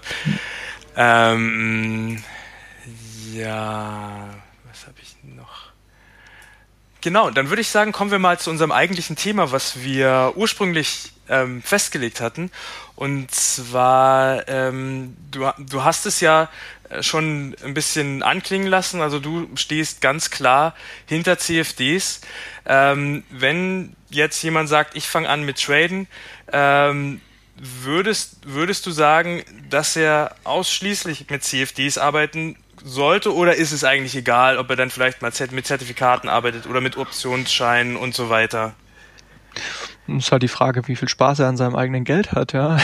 was habe ich noch? Genau, dann würde ich sagen, kommen wir mal zu unserem eigentlichen Thema, was wir ursprünglich festgelegt hatten. Und zwar, du hast es ja schon ein bisschen anklingen lassen, also du stehst ganz klar hinter CFDs. Wenn jetzt jemand sagt, ich fange an mit Traden, würdest du sagen, dass er ausschließlich mit CFDs arbeiten sollte, oder ist es eigentlich egal, ob er dann vielleicht mal mit Zertifikaten arbeitet oder mit Optionsscheinen und so weiter? Das ist halt die Frage, wie viel Spaß er an seinem eigenen Geld hat, ja.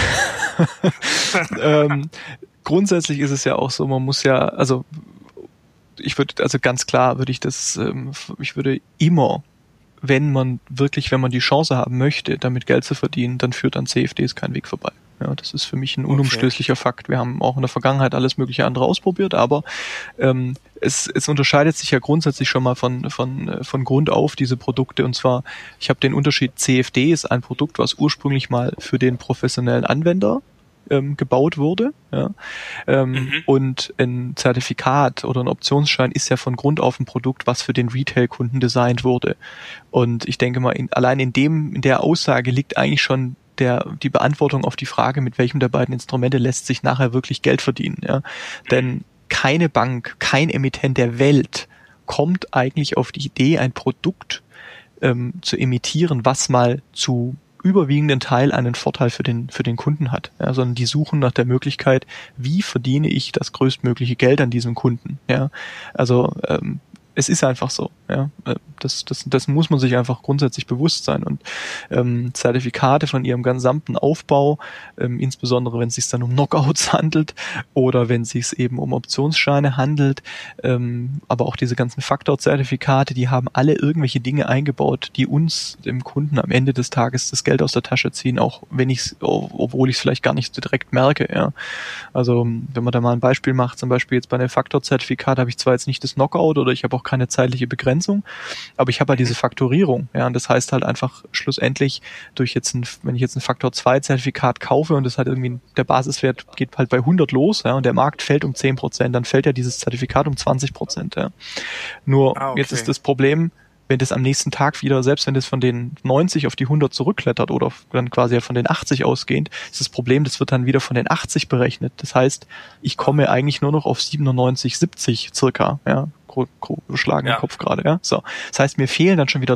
Grundsätzlich ist es ja auch so, man muss ja, also ganz klar würde ich würde immer, wenn man die Chance haben möchte, damit Geld zu verdienen, dann führt an CFDs kein Weg vorbei. Ja, das ist für mich ein unumstößlicher Fakt. Wir haben auch in der Vergangenheit alles mögliche andere ausprobiert, aber es unterscheidet sich ja grundsätzlich schon mal von Grund auf diese Produkte. Und zwar, ich habe den Unterschied, CFD ist ein Produkt, was ursprünglich mal für den professionellen Anwender gebaut wurde. Ja? Und ein Zertifikat oder ein Optionsschein ist ja von Grund auf ein Produkt, was für den Retail-Kunden designt wurde. Und ich denke mal, allein in der Aussage liegt eigentlich schon die Beantwortung auf die Frage, mit welchem der beiden Instrumente lässt sich nachher wirklich Geld verdienen. Ja? Denn keine Bank, kein Emittent der Welt kommt eigentlich auf die Idee, ein Produkt zu emittieren, was mal zu überwiegenden Teil einen Vorteil für den Kunden hat, ja, sondern die suchen nach der Möglichkeit, wie verdiene ich das größtmögliche Geld an diesem Kunden, ja, also es ist einfach so, ja, das muss man sich einfach grundsätzlich bewusst sein und Zertifikate von ihrem gesamten Aufbau, insbesondere wenn es sich dann um Knockouts handelt oder wenn es sich eben um Optionsscheine handelt, aber auch diese ganzen Faktorzertifikate, die haben alle irgendwelche Dinge eingebaut, die uns, dem Kunden, am Ende des Tages das Geld aus der Tasche ziehen, auch obwohl ich es vielleicht gar nicht so direkt merke, ja. Also wenn man da mal ein Beispiel macht, zum Beispiel jetzt bei einem Faktorzertifikat habe ich zwar jetzt nicht das Knockout oder ich habe auch keine zeitliche Begrenzung, aber ich habe halt diese Faktorierung, ja, und das heißt halt einfach schlussendlich wenn ich jetzt ein Faktor 2 Zertifikat kaufe und das hat irgendwie, der Basiswert geht halt bei 100 los, ja, und der Markt fällt um 10%, dann fällt ja dieses Zertifikat um 20%, ja. Nur, Jetzt ist das Problem, wenn das am nächsten Tag wieder, selbst wenn das von den 90 auf die 100 zurückklettert oder dann quasi von den 80 ausgehend, ist das Problem, das wird dann wieder von den 80 berechnet. Das heißt, ich komme eigentlich nur noch auf 97, 70 circa, ja, geschlagen im Kopf gerade, ja. So. Das heißt, mir fehlen dann schon wieder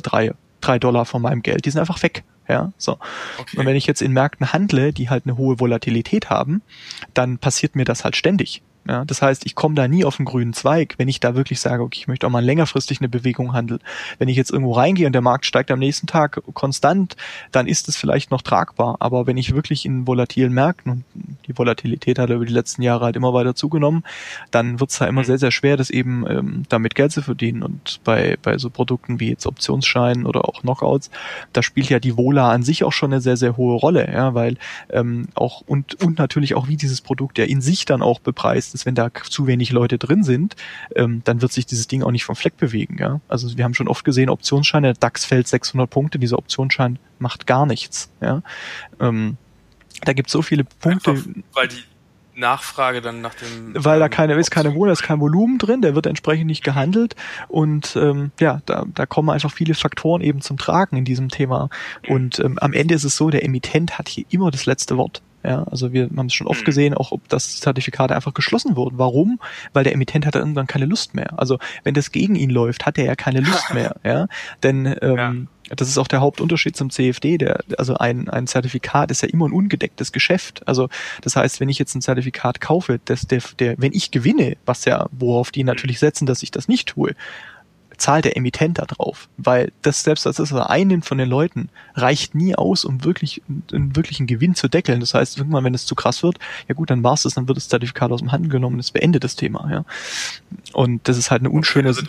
$3 von meinem Geld. Die sind einfach weg. Ja, so. Okay. Und wenn ich jetzt in Märkten handle, die halt eine hohe Volatilität haben, dann passiert mir das halt ständig. Ja, das heißt, ich komme da nie auf den grünen Zweig, wenn ich da wirklich sage, okay, ich möchte auch mal längerfristig eine Bewegung handeln. Wenn ich jetzt irgendwo reingehe und der Markt steigt am nächsten Tag konstant, dann ist es vielleicht noch tragbar. Aber wenn ich wirklich in volatilen Märkten, und die Volatilität hat über die letzten Jahre halt immer weiter zugenommen, dann wird es da immer sehr, sehr schwer, das eben damit Geld zu verdienen. Und bei so Produkten wie jetzt Optionsscheinen oder auch Knockouts, da spielt ja die Vola an sich auch schon eine sehr, sehr hohe Rolle, ja, weil auch und natürlich auch, wie dieses Produkt ja in sich dann auch bepreist ist, wenn da zu wenig Leute drin sind, dann wird sich dieses Ding auch nicht vom Fleck bewegen. Ja? Also wir haben schon oft gesehen, Optionsscheine, der DAX fällt 600 Punkte, dieser Optionsschein macht gar nichts. Ja? Da gibt es so viele Punkte. Einfach, weil die Nachfrage dann nach dem... Weil da kein Volumen drin, der wird entsprechend nicht gehandelt und da kommen einfach viele Faktoren eben zum Tragen in diesem Thema. Und am Ende ist es so, der Emittent hat hier immer das letzte Wort. Ja, also wir haben es schon oft gesehen, auch ob das Zertifikate einfach geschlossen wurden. Warum? Weil der Emittent hat irgendwann keine Lust mehr. Also wenn das gegen ihn läuft, hat er ja keine Lust mehr. Ja, denn das ist auch der Hauptunterschied zum CFD. Also ein Zertifikat ist ja immer ein ungedecktes Geschäft. Also das heißt, wenn ich jetzt ein Zertifikat kaufe, wenn ich gewinne, worauf die natürlich setzen, dass ich das nicht tue, zahlt der Emittent da drauf, weil selbst das, was er einnimmt von den Leuten, reicht nie aus, um einen wirklichen Gewinn zu deckeln. Das heißt, irgendwann, wenn es zu krass wird, ja gut, dann war's das, dann wird das Zertifikat aus dem Handel genommen und es beendet das Thema, ja. Und das ist halt eine unschöne... Also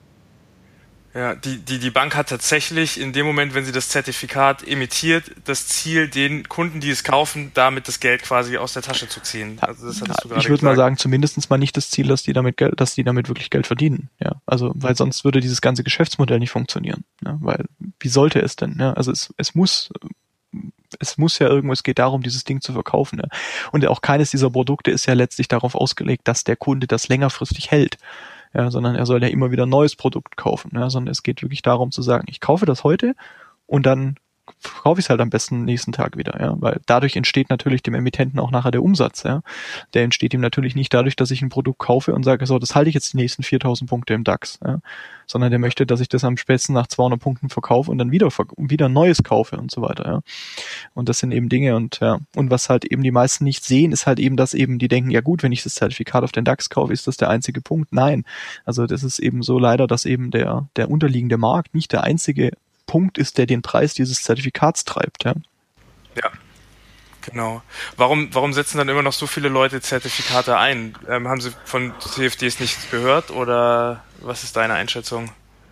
die Bank hat tatsächlich in dem Moment, wenn sie das Zertifikat emittiert, das Ziel, den Kunden, die es kaufen, damit das Geld quasi aus der Tasche zu ziehen. Also das hattest du gerade ich würde mal sagen, zumindest mal nicht das Ziel, dass die damit wirklich Geld verdienen. Ja, also weil sonst würde dieses ganze Geschäftsmodell nicht funktionieren. Ja, weil wie sollte es denn? Ja, also es muss ja irgendwo, es geht darum, dieses Ding zu verkaufen. Ja. Und auch keines dieser Produkte ist ja letztlich darauf ausgelegt, dass der Kunde das längerfristig hält. Ja, sondern er soll ja immer wieder ein neues Produkt kaufen. Ja, sondern es geht wirklich darum zu sagen, ich kaufe das heute und dann kaufe ich es halt am besten nächsten Tag wieder, ja, weil dadurch entsteht natürlich dem Emittenten auch nachher der Umsatz, ja. Der entsteht ihm natürlich nicht dadurch, dass ich ein Produkt kaufe und sage, so, das halte ich jetzt die nächsten 4.000 Punkte im DAX, ja, sondern der möchte, dass ich das am spätestens nach 200 Punkten verkaufe und dann wieder ein neues kaufe und so weiter, ja. Und das sind eben Dinge und was halt eben die meisten nicht sehen, ist halt eben, dass eben die denken, ja gut, wenn ich das Zertifikat auf den DAX kaufe, ist das der einzige Punkt. Nein. Also das ist eben so leider, dass eben der unterliegende Markt nicht der einzige Punkt ist, der den Preis dieses Zertifikats treibt, ja. Ja, genau. Warum setzen dann immer noch so viele Leute Zertifikate ein? Haben sie von CFDs nichts gehört oder was ist deine Einschätzung?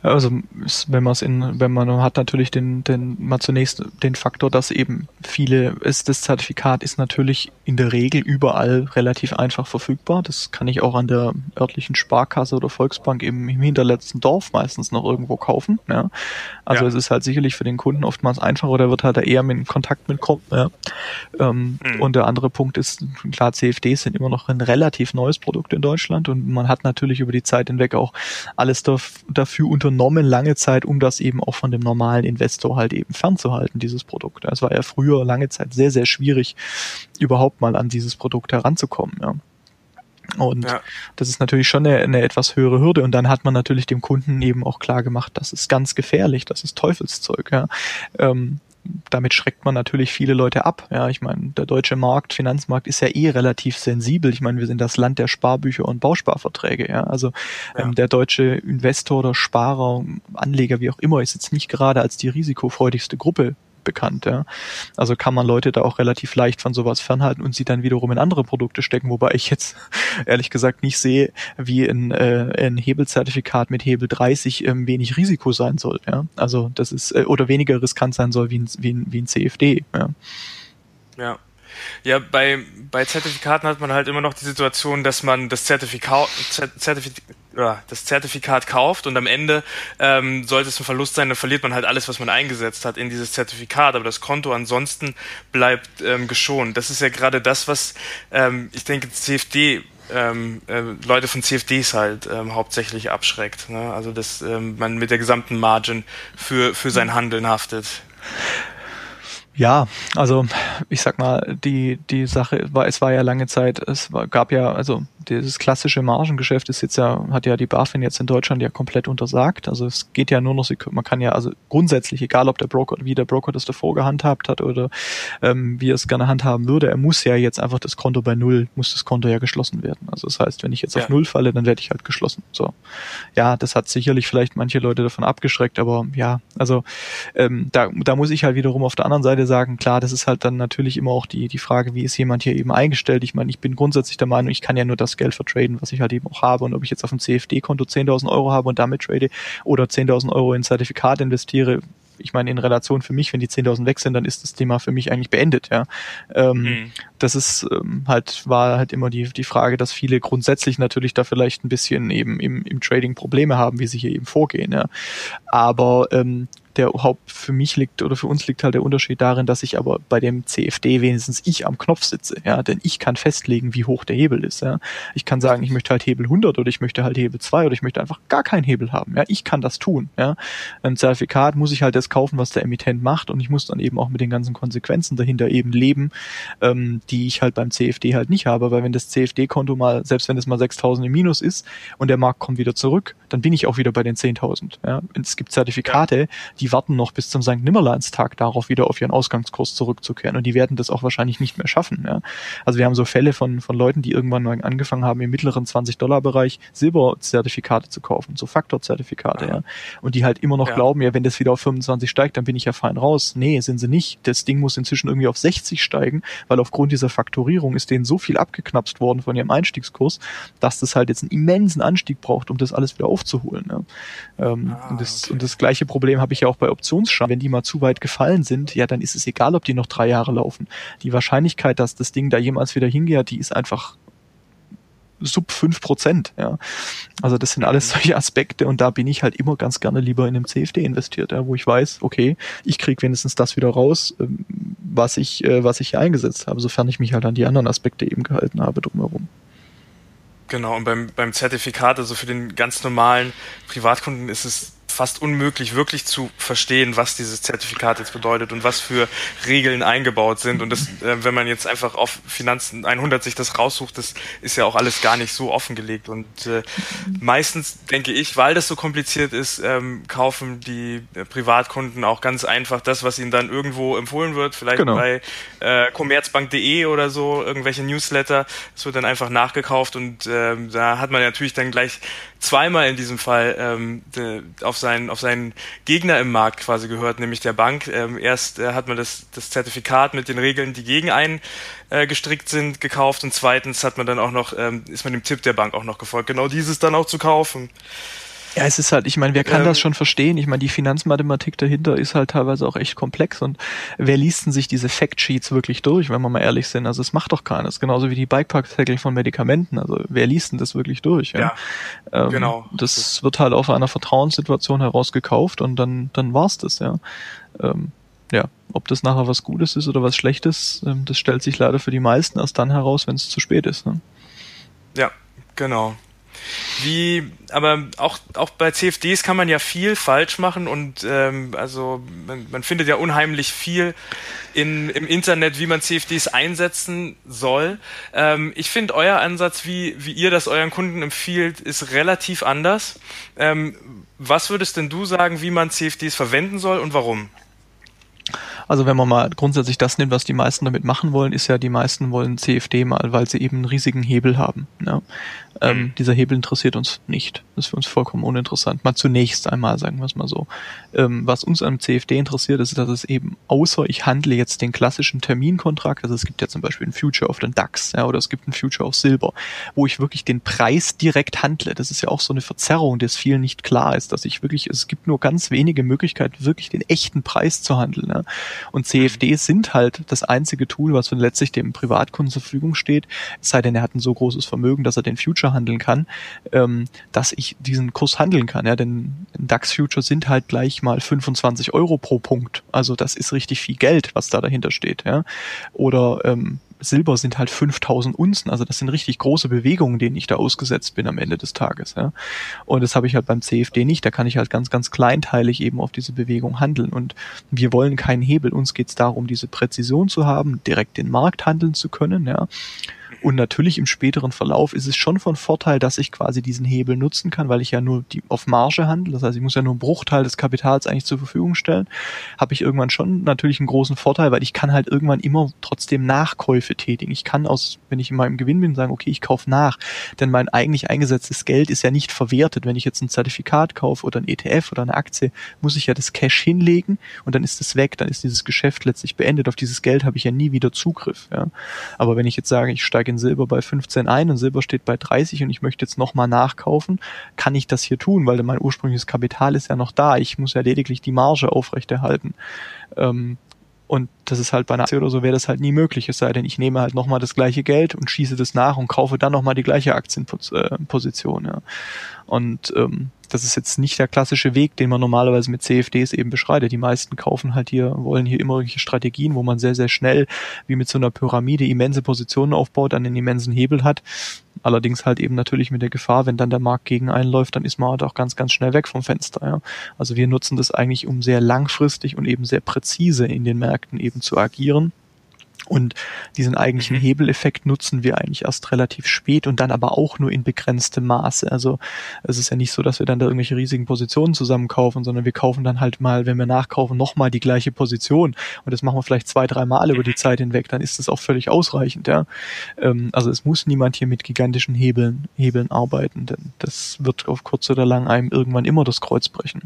Also wenn man hat natürlich mal zunächst den Faktor, dass eben das Zertifikat ist natürlich in der Regel überall relativ einfach verfügbar. Das kann ich auch an der örtlichen Sparkasse oder Volksbank im hinterletzten Dorf meistens noch irgendwo kaufen. Ja. Also es ist halt sicherlich für den Kunden oftmals einfacher, oder wird halt eher in Kontakt mitkommen. Ja. Und der andere Punkt ist, klar, CFDs sind immer noch ein relativ neues Produkt in Deutschland und man hat natürlich über die Zeit hinweg auch alles dafür unternommen, lange Zeit, um das eben auch von dem normalen Investor halt eben fernzuhalten, dieses Produkt. Es war ja früher lange Zeit sehr, sehr schwierig, überhaupt mal an dieses Produkt heranzukommen. Ja. Und das ist natürlich schon eine etwas höhere Hürde. Und dann hat man natürlich dem Kunden eben auch klar gemacht, das ist ganz gefährlich, das ist Teufelszeug. Ja. Damit schreckt man natürlich viele Leute ab. Ja, ich meine, der deutsche Finanzmarkt ist ja relativ sensibel. Ich meine, wir sind das Land der Sparbücher und Bausparverträge. Ja, also der deutsche Investor oder Sparer, Anleger, wie auch immer, ist jetzt nicht gerade als die risikofreudigste Gruppe bekannt. Ja. Also kann man Leute da auch relativ leicht von sowas fernhalten und sie dann wiederum in andere Produkte stecken, wobei ich jetzt ehrlich gesagt nicht sehe, wie ein Hebelzertifikat mit Hebel 30 wenig Risiko sein soll. Ja. Also das ist oder weniger riskant sein soll wie ein CFD. Ja. Ja. Ja, bei Zertifikaten hat man halt immer noch die Situation, dass man das Zertifikat kauft und am Ende sollte es ein Verlust sein, dann verliert man halt alles, was man eingesetzt hat in dieses Zertifikat, aber das Konto ansonsten bleibt geschont. Das ist ja gerade das, was ich denke Leute von CFDs halt hauptsächlich abschreckt. Ne? Also dass man mit der gesamten Margin für sein Handeln haftet. Ja, also ich sag mal, die Sache war, es war ja lange Zeit, gab ja, also dieses klassische Margengeschäft hat ja die BaFin jetzt in Deutschland ja komplett untersagt. Also es geht ja nur noch, man kann ja also grundsätzlich, egal ob wie der Broker das davor gehandhabt hat oder wie er es gerne handhaben würde, er muss ja jetzt einfach das Konto bei Null, muss das Konto ja geschlossen werden. Also das heißt, wenn ich jetzt auf Null falle, dann werde ich halt geschlossen. So. Ja, das hat sicherlich vielleicht manche Leute davon abgeschreckt, aber ja, also da muss ich halt wiederum auf der anderen Seite sagen, klar, das ist halt dann natürlich immer auch die Frage, wie ist jemand hier eben eingestellt. Ich meine, ich bin grundsätzlich der Meinung, ich kann ja nur das Geld vertraden, was ich halt eben auch habe, und ob ich jetzt auf dem CFD-Konto 10.000 Euro habe und damit trade oder 10.000 Euro in Zertifikat investiere, ich meine, in Relation für mich, wenn die 10.000 weg sind, dann ist das Thema für mich eigentlich beendet, ja. Das ist war halt immer die Frage, dass viele grundsätzlich natürlich da vielleicht ein bisschen eben im Trading Probleme haben, wie sie hier eben vorgehen, ja. Aber für uns liegt halt der Unterschied darin, dass ich aber bei dem CFD wenigstens am Knopf sitze, ja, denn ich kann festlegen, wie hoch der Hebel ist, ja. Ich kann sagen, ich möchte halt Hebel 100 oder ich möchte halt Hebel 2 oder ich möchte einfach gar keinen Hebel haben, ja. Ich kann das tun, ja. Ein Zertifikat muss ich halt das kaufen, was der Emittent macht, und ich muss dann eben auch mit den ganzen Konsequenzen dahinter eben leben, die ich halt beim CFD halt nicht habe, weil wenn das CFD-Konto selbst wenn es mal 6.000 im Minus ist und der Markt kommt wieder zurück, dann bin ich auch wieder bei den 10.000, ja. Es gibt Zertifikate, die warten noch bis zum St. Nimmerleinstag darauf, wieder auf ihren Ausgangskurs zurückzukehren. Und die werden das auch wahrscheinlich nicht mehr schaffen. Ja. Also wir haben so Fälle von Leuten, die irgendwann mal angefangen haben, im mittleren $20-Bereich Silberzertifikate zu kaufen, so Faktorzertifikate. Ja. Und die halt immer noch glauben, ja, wenn das wieder auf 25 steigt, dann bin ich ja fein raus. Nee, sind sie nicht. Das Ding muss inzwischen irgendwie auf 60 steigen, weil aufgrund dieser Faktorierung ist denen so viel abgeknapst worden von ihrem Einstiegskurs, dass das halt jetzt einen immensen Anstieg braucht, um das alles wieder aufzuholen. Ja. Und das gleiche Problem habe ich ja auch bei Optionsscheinen. Wenn die mal zu weit gefallen sind, ja, dann ist es egal, ob die noch 3 Jahre laufen. Die Wahrscheinlichkeit, dass das Ding da jemals wieder hingeht, die ist einfach sub 5%. Ja. Also das sind alles solche Aspekte, und da bin ich halt immer ganz gerne lieber in einem CFD investiert, ja, wo ich weiß, okay, ich kriege wenigstens das wieder raus, was ich hier eingesetzt habe, sofern ich mich halt an die anderen Aspekte eben gehalten habe drumherum. Genau, und beim Zertifikat, also für den ganz normalen Privatkunden, ist es fast unmöglich, wirklich zu verstehen, was dieses Zertifikat jetzt bedeutet und was für Regeln eingebaut sind. Und das, wenn man jetzt einfach auf Finanzen 100 sich das raussucht, das ist ja auch alles gar nicht so offengelegt. Und meistens, denke ich, weil das so kompliziert ist, kaufen die Privatkunden auch ganz einfach das, was ihnen dann irgendwo empfohlen wird, vielleicht bei commerzbank.de oder so, irgendwelche Newsletter. Das wird dann einfach nachgekauft, und da hat man natürlich dann gleich zweimal in diesem Fall auf seinen Gegner im Markt quasi gehört, nämlich der Bank. Erst hat man das Zertifikat mit den Regeln, die gegen einen gestrickt sind, gekauft, und zweitens hat man dann auch noch ist man dem Tipp der Bank auch noch gefolgt, genau dieses dann auch zu kaufen. Ja, es ist halt, ich meine, wer kann das schon verstehen? Ich meine, die Finanzmathematik dahinter ist halt teilweise auch echt komplex und wer liest denn sich diese Factsheets wirklich durch, wenn wir mal ehrlich sind? Also es macht doch keines, genauso wie die Bikepark-Zettel von Medikamenten. Also wer liest denn das wirklich durch? Ja, genau. Das wird halt auf einer Vertrauenssituation heraus gekauft und dann war's das, ja. Ja, ob das nachher was Gutes ist oder was Schlechtes, das stellt sich leider für die meisten erst dann heraus, wenn es zu spät ist. Ne? Ja, genau. Aber auch bei CFDs kann man ja viel falsch machen und also man findet ja unheimlich viel im Internet, wie man CFDs einsetzen soll. Ich finde euer Ansatz, wie ihr das euren Kunden empfiehlt, ist relativ anders. Was würdest denn du sagen, wie man CFDs verwenden soll und warum? Also wenn man mal grundsätzlich das nimmt, was die meisten damit machen wollen, ist ja, die meisten wollen CFD mal, weil sie eben einen riesigen Hebel haben. Ja. Dieser Hebel interessiert uns nicht. Das ist für uns vollkommen uninteressant. Mal zunächst einmal, sagen wir es mal so. Was uns am CFD interessiert, ist, dass es eben, außer ich handle jetzt den klassischen Terminkontrakt, also es gibt ja zum Beispiel ein Future auf den DAX, ja, oder es gibt ein Future auf Silber, wo ich wirklich den Preis direkt handle. Das ist ja auch so eine Verzerrung, dass vielen nicht klar ist, dass ich wirklich, es gibt nur ganz wenige Möglichkeiten, wirklich den echten Preis zu handeln. Ja. Und CFDs sind halt das einzige Tool, was letztlich dem Privatkunden zur Verfügung steht, es sei denn, er hat ein so großes Vermögen, dass er den Future handeln kann, dass ich diesen Kurs handeln kann. Ja, denn DAX-Future sind halt gleich mal 25 € pro Punkt. Also das ist richtig viel Geld, was da dahinter steht. Ja. Oder Silber sind halt 5000 Unzen, also das sind richtig große Bewegungen, denen ich da ausgesetzt bin am Ende des Tages. Ja. Und das habe ich halt beim CFD nicht, da kann ich halt ganz, ganz kleinteilig eben auf diese Bewegung handeln und wir wollen keinen Hebel, uns geht es darum, diese Präzision zu haben, direkt den Markt handeln zu können, ja. Und natürlich im späteren Verlauf ist es schon von Vorteil, dass ich quasi diesen Hebel nutzen kann, weil ich ja nur auf Marge handle. Das heißt, ich muss ja nur einen Bruchteil des Kapitals eigentlich zur Verfügung stellen. Habe ich irgendwann schon natürlich einen großen Vorteil, weil ich kann halt irgendwann immer trotzdem Nachkäufe tätigen. Ich kann wenn ich in meinem Gewinn bin, sagen, okay, ich kaufe nach. Denn mein eigentlich eingesetztes Geld ist ja nicht verwertet. Wenn ich jetzt ein Zertifikat kaufe oder ein ETF oder eine Aktie, muss ich ja das Cash hinlegen und dann ist es weg. Dann ist dieses Geschäft letztlich beendet. Auf dieses Geld habe ich ja nie wieder Zugriff. Ja. Aber wenn ich jetzt sage, ich steige in Silber bei 15 ein und Silber steht bei 30 und ich möchte jetzt nochmal nachkaufen, kann ich das hier tun, weil mein ursprüngliches Kapital ist ja noch da. Ich muss ja lediglich die Marge aufrechterhalten. Und das ist halt bei einer Aktie oder so wäre das halt nie möglich, es sei denn, ich nehme halt nochmal das gleiche Geld und schieße das nach und kaufe dann nochmal die gleiche Aktienposition. Ja. Und das ist jetzt nicht der klassische Weg, den man normalerweise mit CFDs eben beschreitet. Die meisten wollen hier immer irgendwelche Strategien, wo man sehr, sehr schnell, wie mit so einer Pyramide, immense Positionen aufbaut, dann einen immensen Hebel hat. Allerdings halt eben natürlich mit der Gefahr, wenn dann der Markt gegen einläuft, dann ist man halt auch ganz, ganz schnell weg vom Fenster. Ja. Also wir nutzen das eigentlich, um sehr langfristig und eben sehr präzise in den Märkten eben zu agieren. Und diesen eigentlichen Hebeleffekt nutzen wir eigentlich erst relativ spät und dann aber auch nur in begrenztem Maße. Also es ist ja nicht so, dass wir dann da irgendwelche riesigen Positionen zusammen kaufen, sondern wir kaufen dann halt mal, wenn wir nachkaufen, nochmal die gleiche Position. Und das machen wir vielleicht 2-3 Mal über die Zeit hinweg. Dann ist das auch völlig ausreichend. Ja. Also es muss niemand hier mit gigantischen Hebeln arbeiten, denn das wird auf kurz oder lang einem irgendwann immer das Kreuz brechen.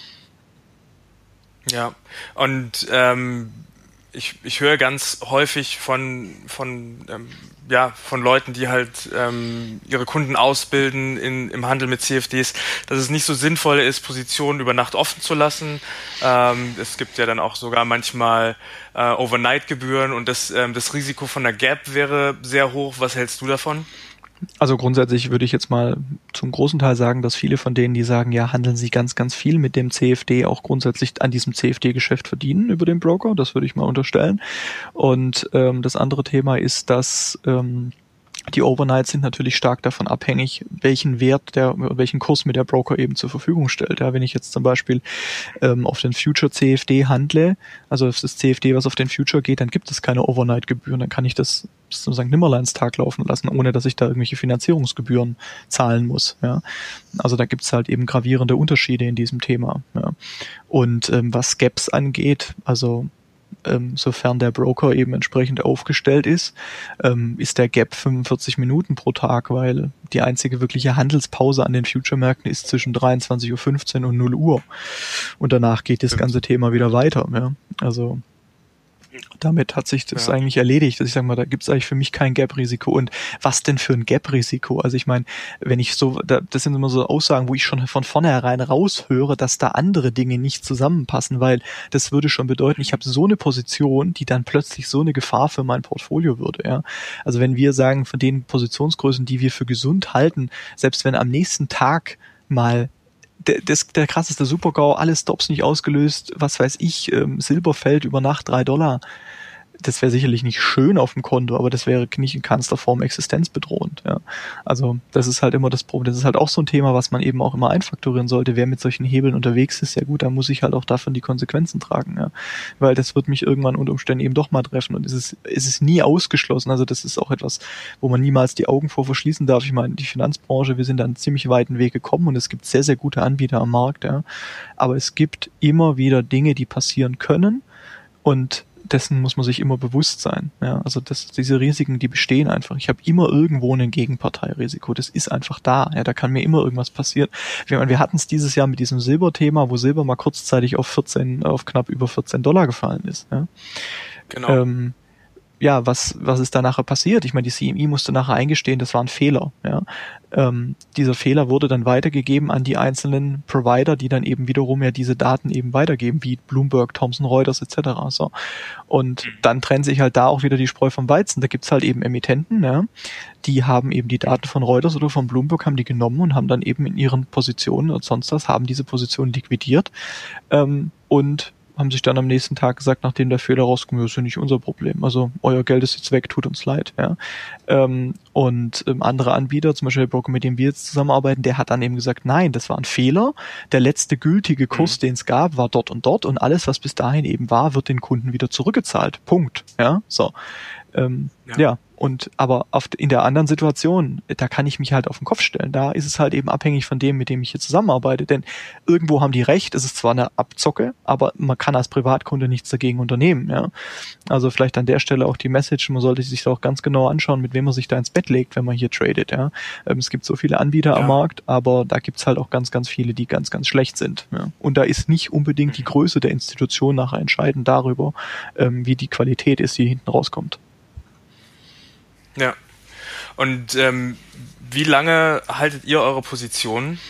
Ja, und ich höre ganz häufig von Leuten, die halt ihre Kunden ausbilden im Handel mit CFDs, dass es nicht so sinnvoll ist, Positionen über Nacht offen zu lassen. Es gibt ja dann auch sogar manchmal Overnight-Gebühren und das Risiko von der Gap wäre sehr hoch. Was hältst du davon? Also grundsätzlich würde ich jetzt mal zum großen Teil sagen, dass viele von denen, die sagen, ja, handeln sie ganz, ganz viel mit dem CFD, auch grundsätzlich an diesem CFD-Geschäft verdienen über den Broker. Das würde ich mal unterstellen. Und das andere Thema ist, dass die Overnights sind natürlich stark davon abhängig, welchen Kurs mir der Broker eben zur Verfügung stellt. Ja, wenn ich jetzt zum Beispiel auf den Future CFD handle, also auf das CFD, was auf den Future geht, dann gibt es keine Overnight-Gebühren. Dann kann ich das sozusagen Nimmerleinstag laufen lassen, ohne dass ich da irgendwelche Finanzierungsgebühren zahlen muss. Ja. Also da gibt es halt eben gravierende Unterschiede in diesem Thema. Ja. Und was Gaps angeht, also sofern der Broker eben entsprechend aufgestellt ist der Gap 45 Minuten pro Tag, weil die einzige wirkliche Handelspause an den Future-Märkten ist zwischen 23:15 und 0 Uhr. Und danach geht das ganze Thema wieder weiter. Ja. Also Damit hat sich das eigentlich erledigt. Also ich sage mal, da gibt es eigentlich für mich kein Gap-Risiko. Und was denn für ein Gap-Risiko? Also ich meine, wenn ich so, das sind immer so Aussagen, wo ich schon von vornherein raushöre, dass da andere Dinge nicht zusammenpassen, weil das würde schon bedeuten, ich habe so eine Position, die dann plötzlich so eine Gefahr für mein Portfolio würde. Ja? Also wenn wir sagen, von den Positionsgrößen, die wir für gesund halten, selbst wenn am nächsten Tag mal der krasseste Super-GAU, alle Stops nicht ausgelöst, was weiß ich, Silber fällt über Nacht $3. Das wäre sicherlich nicht schön auf dem Konto, aber das wäre nicht in keinster Form existenzbedrohend. Ja. Also das ist halt immer das Problem. Das ist halt auch so ein Thema, was man eben auch immer einfaktorieren sollte. Wer mit solchen Hebeln unterwegs ist, ja gut, da muss ich halt auch davon die Konsequenzen tragen. Ja. Weil das wird mich irgendwann unter Umständen eben doch mal treffen. Und es ist nie ausgeschlossen. Also das ist auch etwas, wo man niemals die Augen vor verschließen darf. Ich meine, die Finanzbranche, wir sind da einen ziemlich weiten Weg gekommen und es gibt sehr, sehr gute Anbieter am Markt. Ja. Aber es gibt immer wieder Dinge, die passieren können und dessen muss man sich immer bewusst sein. Ja, also diese Risiken, die bestehen einfach. Ich habe immer irgendwo ein Gegenparteirisiko. Das ist einfach da. Ja, da kann mir immer irgendwas passieren. Wir hatten es dieses Jahr mit diesem Silberthema, wo Silber mal kurzzeitig auf knapp über $14 gefallen ist. Ja. Genau. Ja, was ist da nachher passiert? Ich meine, die CME musste nachher eingestehen, das war ein Fehler. Ja. Dieser Fehler wurde dann weitergegeben an die einzelnen Provider, die dann eben wiederum ja diese Daten eben weitergeben, wie Bloomberg, Thomson Reuters etc. So. Und dann trennt sich halt da auch wieder die Spreu vom Weizen. Da gibt's halt eben Emittenten, ja, die haben eben die Daten von Reuters oder von Bloomberg, haben die genommen und haben dann eben in ihren Positionen und sonst was, haben diese Positionen liquidiert und haben sich dann am nächsten Tag gesagt, nachdem der Fehler rauskommt, das ist ja nicht unser Problem. Also euer Geld ist jetzt weg, tut uns leid. Ja. Und andere Anbieter, zum Beispiel der Broker, mit dem wir jetzt zusammenarbeiten, der hat dann eben gesagt, nein, das war ein Fehler. Der letzte gültige Kurs, den es gab, war dort und alles, was bis dahin eben war, wird den Kunden wieder zurückgezahlt. Punkt. Ja, so. Ja. Aber in der anderen Situation, da kann ich mich halt auf den Kopf stellen. Da ist es halt eben abhängig von dem, mit dem ich hier zusammenarbeite. Denn irgendwo haben die recht, es ist zwar eine Abzocke, aber man kann als Privatkunde nichts dagegen unternehmen. Ja? Also vielleicht an der Stelle auch die Message, man sollte sich da auch ganz genau anschauen, mit wem man sich da ins Bett legt, wenn man hier tradet. Ja? Es gibt so viele Anbieter am Markt, aber da gibt's halt auch ganz, ganz viele, die ganz, ganz schlecht sind. Ja? Und da ist nicht unbedingt die Größe der Institution nachher entscheidend darüber, wie die Qualität ist, die hinten rauskommt. Ja. Und wie lange haltet ihr eure Positionen,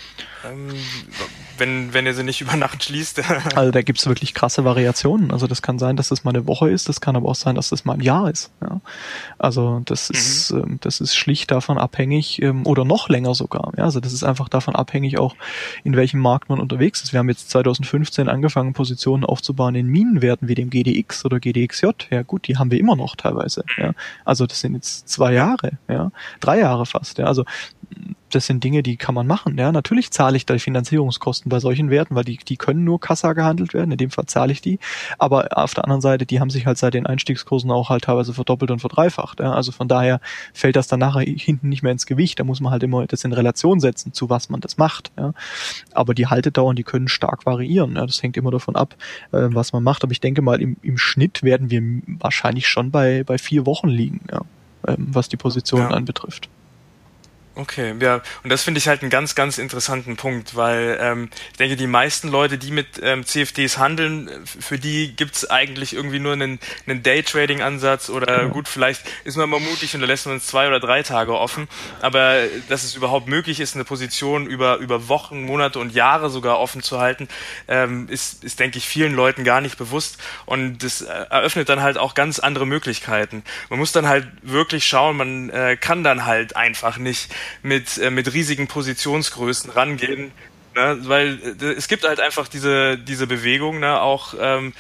wenn ihr sie nicht über Nacht schließt? Also da gibt's wirklich krasse Variationen. Also das kann sein, dass das mal eine Woche ist, das kann aber auch sein, dass das mal ein Jahr ist. Ja. Also das ist schlicht davon abhängig, oder noch länger sogar. Ja. Also das ist einfach davon abhängig auch, in welchem Markt man unterwegs ist. Wir haben jetzt 2015 angefangen, Positionen aufzubauen in Minenwerten wie dem GDX oder GDXJ. Ja gut, die haben wir immer noch teilweise. Ja. Also das sind jetzt 2 Jahre, ja, 3 Jahre fast. Ja. Also das sind Dinge, die kann man machen. Ja, natürlich zahle ich da die Finanzierungskosten bei solchen Werten, weil die können nur Kassa gehandelt werden. In dem Fall zahle ich die. Aber auf der anderen Seite, die haben sich halt seit den Einstiegskursen auch halt teilweise verdoppelt und verdreifacht. Ja, also von daher fällt das dann nachher hinten nicht mehr ins Gewicht. Da muss man halt immer das in Relation setzen, zu was man das macht. Ja. Aber die Haltedauern, die können stark variieren. Ja. Das hängt immer davon ab, was man macht. Aber ich denke mal, im Schnitt werden wir wahrscheinlich schon bei 4 Wochen liegen, ja, was die Positionen anbetrifft. Okay, ja, und das finde ich halt einen ganz, ganz interessanten Punkt, weil ich denke, die meisten Leute, die mit CFDs handeln, für die gibt's eigentlich irgendwie nur einen Day-Trading-Ansatz oder gut, vielleicht ist man mal mutig und da lässt man uns 2 oder 3 Tage offen, aber dass es überhaupt möglich ist, eine Position über Wochen, Monate und Jahre sogar offen zu halten, ist, denke ich, vielen Leuten gar nicht bewusst und das eröffnet dann halt auch ganz andere Möglichkeiten. Man muss dann halt wirklich schauen, man kann dann halt einfach nicht mit riesigen Positionsgrößen rangehen, ne? Weil es gibt halt einfach diese Bewegung, ne? Auch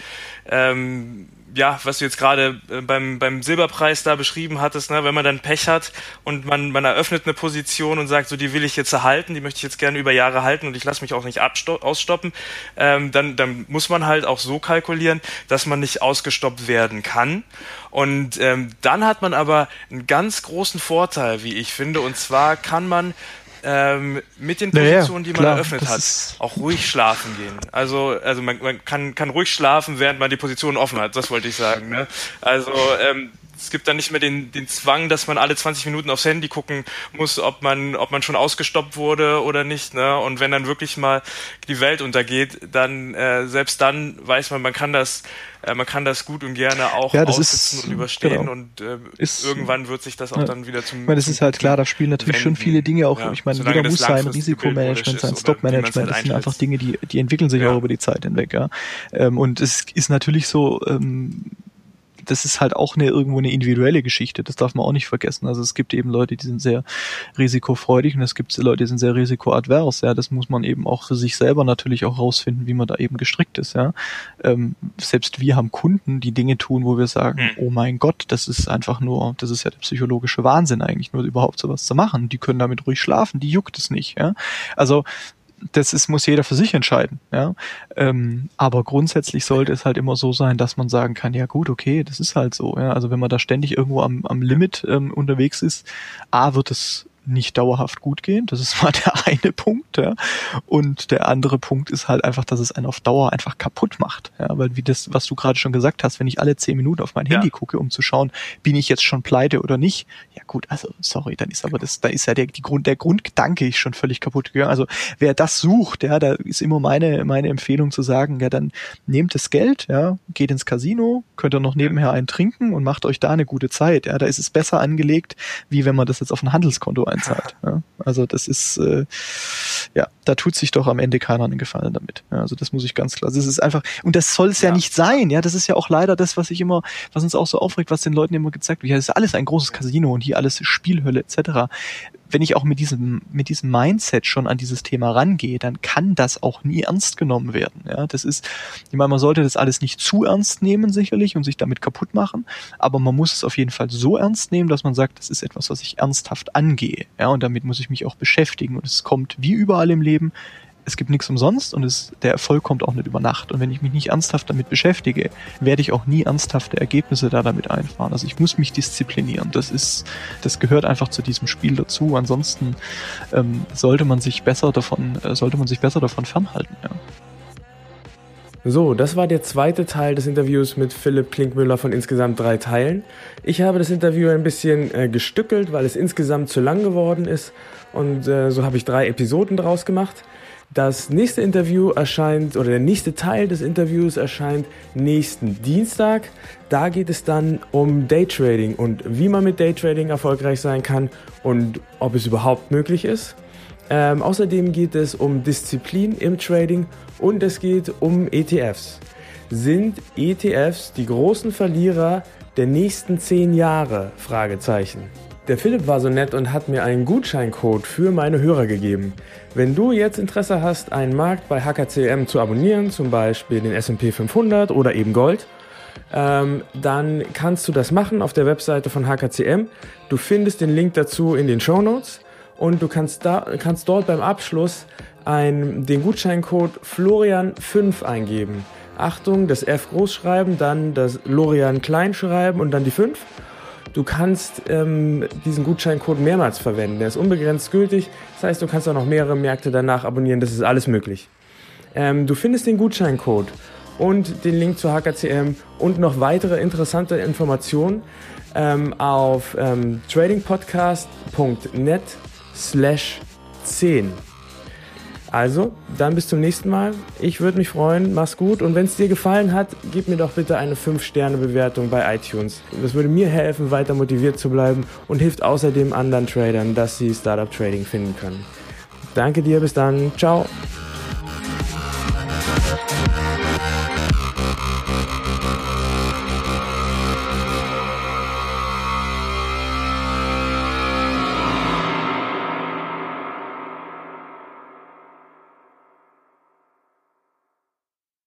was du jetzt gerade beim Silberpreis da beschrieben hattest, ne? Wenn man dann Pech hat und man eröffnet eine Position und sagt, so die will ich jetzt erhalten, die möchte ich jetzt gerne über Jahre halten und ich lasse mich auch nicht ausstoppen, dann muss man halt auch so kalkulieren, dass man nicht ausgestoppt werden kann. Und dann hat man aber einen ganz großen Vorteil, wie ich finde, und zwar kann man mit den Positionen, die man eröffnet hat, auch ruhig schlafen gehen. Also man kann ruhig schlafen, während man die Position offen hat, das wollte ich sagen. Ne? Also es gibt dann nicht mehr den Zwang, dass man alle 20 Minuten aufs Handy gucken muss, ob man schon ausgestoppt wurde oder nicht, ne? Und wenn dann wirklich mal die Welt untergeht, dann selbst dann weiß man kann das gut und gerne auch aussitzen und überstehen, genau. Und irgendwann wird sich das auch dann wieder zum. Ich meine, das ist halt klar, da spielen natürlich schon viele Dinge auch. Ich meine, jeder muss sein Risikomanagement, sein Stop-Management, das sind einfach Dinge, die entwickeln sich auch über die Zeit hinweg, ja. Und es ist natürlich so, das ist halt auch irgendwo eine individuelle Geschichte, das darf man auch nicht vergessen. Also es gibt eben Leute, die sind sehr risikofreudig und es gibt Leute, die sind sehr risikoadvers, ja, das muss man eben auch für sich selber natürlich auch rausfinden, wie man da eben gestrickt ist, ja. Selbst wir haben Kunden, die Dinge tun, wo wir sagen, oh mein Gott, das ist ja der psychologische Wahnsinn eigentlich, nur überhaupt sowas zu machen. Die können damit ruhig schlafen, die juckt es nicht, ja. Also muss jeder für sich entscheiden, ja. Aber grundsätzlich sollte es halt immer so sein, dass man sagen kann, ja gut, okay, das ist halt so, ja. Also wenn man da ständig irgendwo am Limit unterwegs ist, wird es nicht dauerhaft gut gehen. Das ist mal der eine Punkt, ja. Und der andere Punkt ist halt einfach, dass es einen auf Dauer einfach kaputt macht, ja. Weil wie das, was du gerade schon gesagt hast, wenn ich alle 10 Minuten auf mein Handy gucke, um zu schauen, bin ich jetzt schon pleite oder nicht, ja gut, also sorry, da ist ja der Grundgedanke ist schon völlig kaputt gegangen. Also wer das sucht, ja, da ist immer meine Empfehlung zu sagen, ja, dann nehmt das Geld, ja, geht ins Casino, könnt ihr noch nebenher einen trinken und macht euch da eine gute Zeit, ja. Da ist es besser angelegt, wie wenn man das jetzt auf ein Handelskonto einzahlt. Ja, also das ist, da tut sich doch am Ende keiner einen Gefallen damit. Ja, also das muss ich ganz klar. Das ist einfach, und das soll es ja nicht sein. Ja, das ist ja auch leider das, was uns auch so aufregt, was den Leuten immer gezeigt wird. Ja, das ist alles ein großes Casino und hier alles Spielhölle etc. Wenn ich auch mit diesem Mindset schon an dieses Thema rangehe, dann kann das auch nie ernst genommen werden. Ja, ich meine, man sollte das alles nicht zu ernst nehmen sicherlich und sich damit kaputt machen, aber man muss es auf jeden Fall so ernst nehmen, dass man sagt, das ist etwas, was ich ernsthaft angehe. Ja, und damit muss ich mich auch beschäftigen und es kommt wie überall im Leben, es gibt nichts umsonst und der Erfolg kommt auch nicht über Nacht. Und wenn ich mich nicht ernsthaft damit beschäftige, werde ich auch nie ernsthafte Ergebnisse damit einfahren. Also ich muss mich disziplinieren. Das gehört einfach zu diesem Spiel dazu. Ansonsten sollte man sich besser davon fernhalten. Ja. So, das war der zweite Teil des Interviews mit Philipp Klinkmüller von insgesamt 3 Teilen. Ich habe das Interview ein bisschen gestückelt, weil es insgesamt zu lang geworden ist. Und so habe ich 3 Episoden draus gemacht. Das nächste Interview der nächste Teil des Interviews erscheint nächsten Dienstag. Da geht es dann um Daytrading und wie man mit Daytrading erfolgreich sein kann und ob es überhaupt möglich ist. Außerdem geht es um Disziplin im Trading und es geht um ETFs. Sind ETFs die großen Verlierer der nächsten 10 Jahre? Fragezeichen. Der Philipp war so nett und hat mir einen Gutscheincode für meine Hörer gegeben. Wenn du jetzt Interesse hast, einen Markt bei HKCM zu abonnieren, zum Beispiel den S&P 500 oder eben Gold, dann kannst du das machen auf der Webseite von HKCM. Du findest den Link dazu in den Shownotes und du kannst dort beim Abschluss den Gutscheincode Florian5 eingeben. Achtung, das F groß schreiben, dann das Lorian klein schreiben und dann die 5. Du kannst diesen Gutscheincode mehrmals verwenden. Der ist unbegrenzt gültig. Das heißt, du kannst auch noch mehrere Märkte danach abonnieren. Das ist alles möglich. Du findest den Gutscheincode und den Link zu HKCM und noch weitere interessante Informationen auf tradingpodcast.net/10. Also, dann bis zum nächsten Mal. Ich würde mich freuen. Mach's gut. Und wenn es dir gefallen hat, gib mir doch bitte eine 5-Sterne-Bewertung bei iTunes. Das würde mir helfen, weiter motiviert zu bleiben und hilft außerdem anderen Tradern, dass sie Startup Trading finden können. Danke dir. Bis dann. Ciao.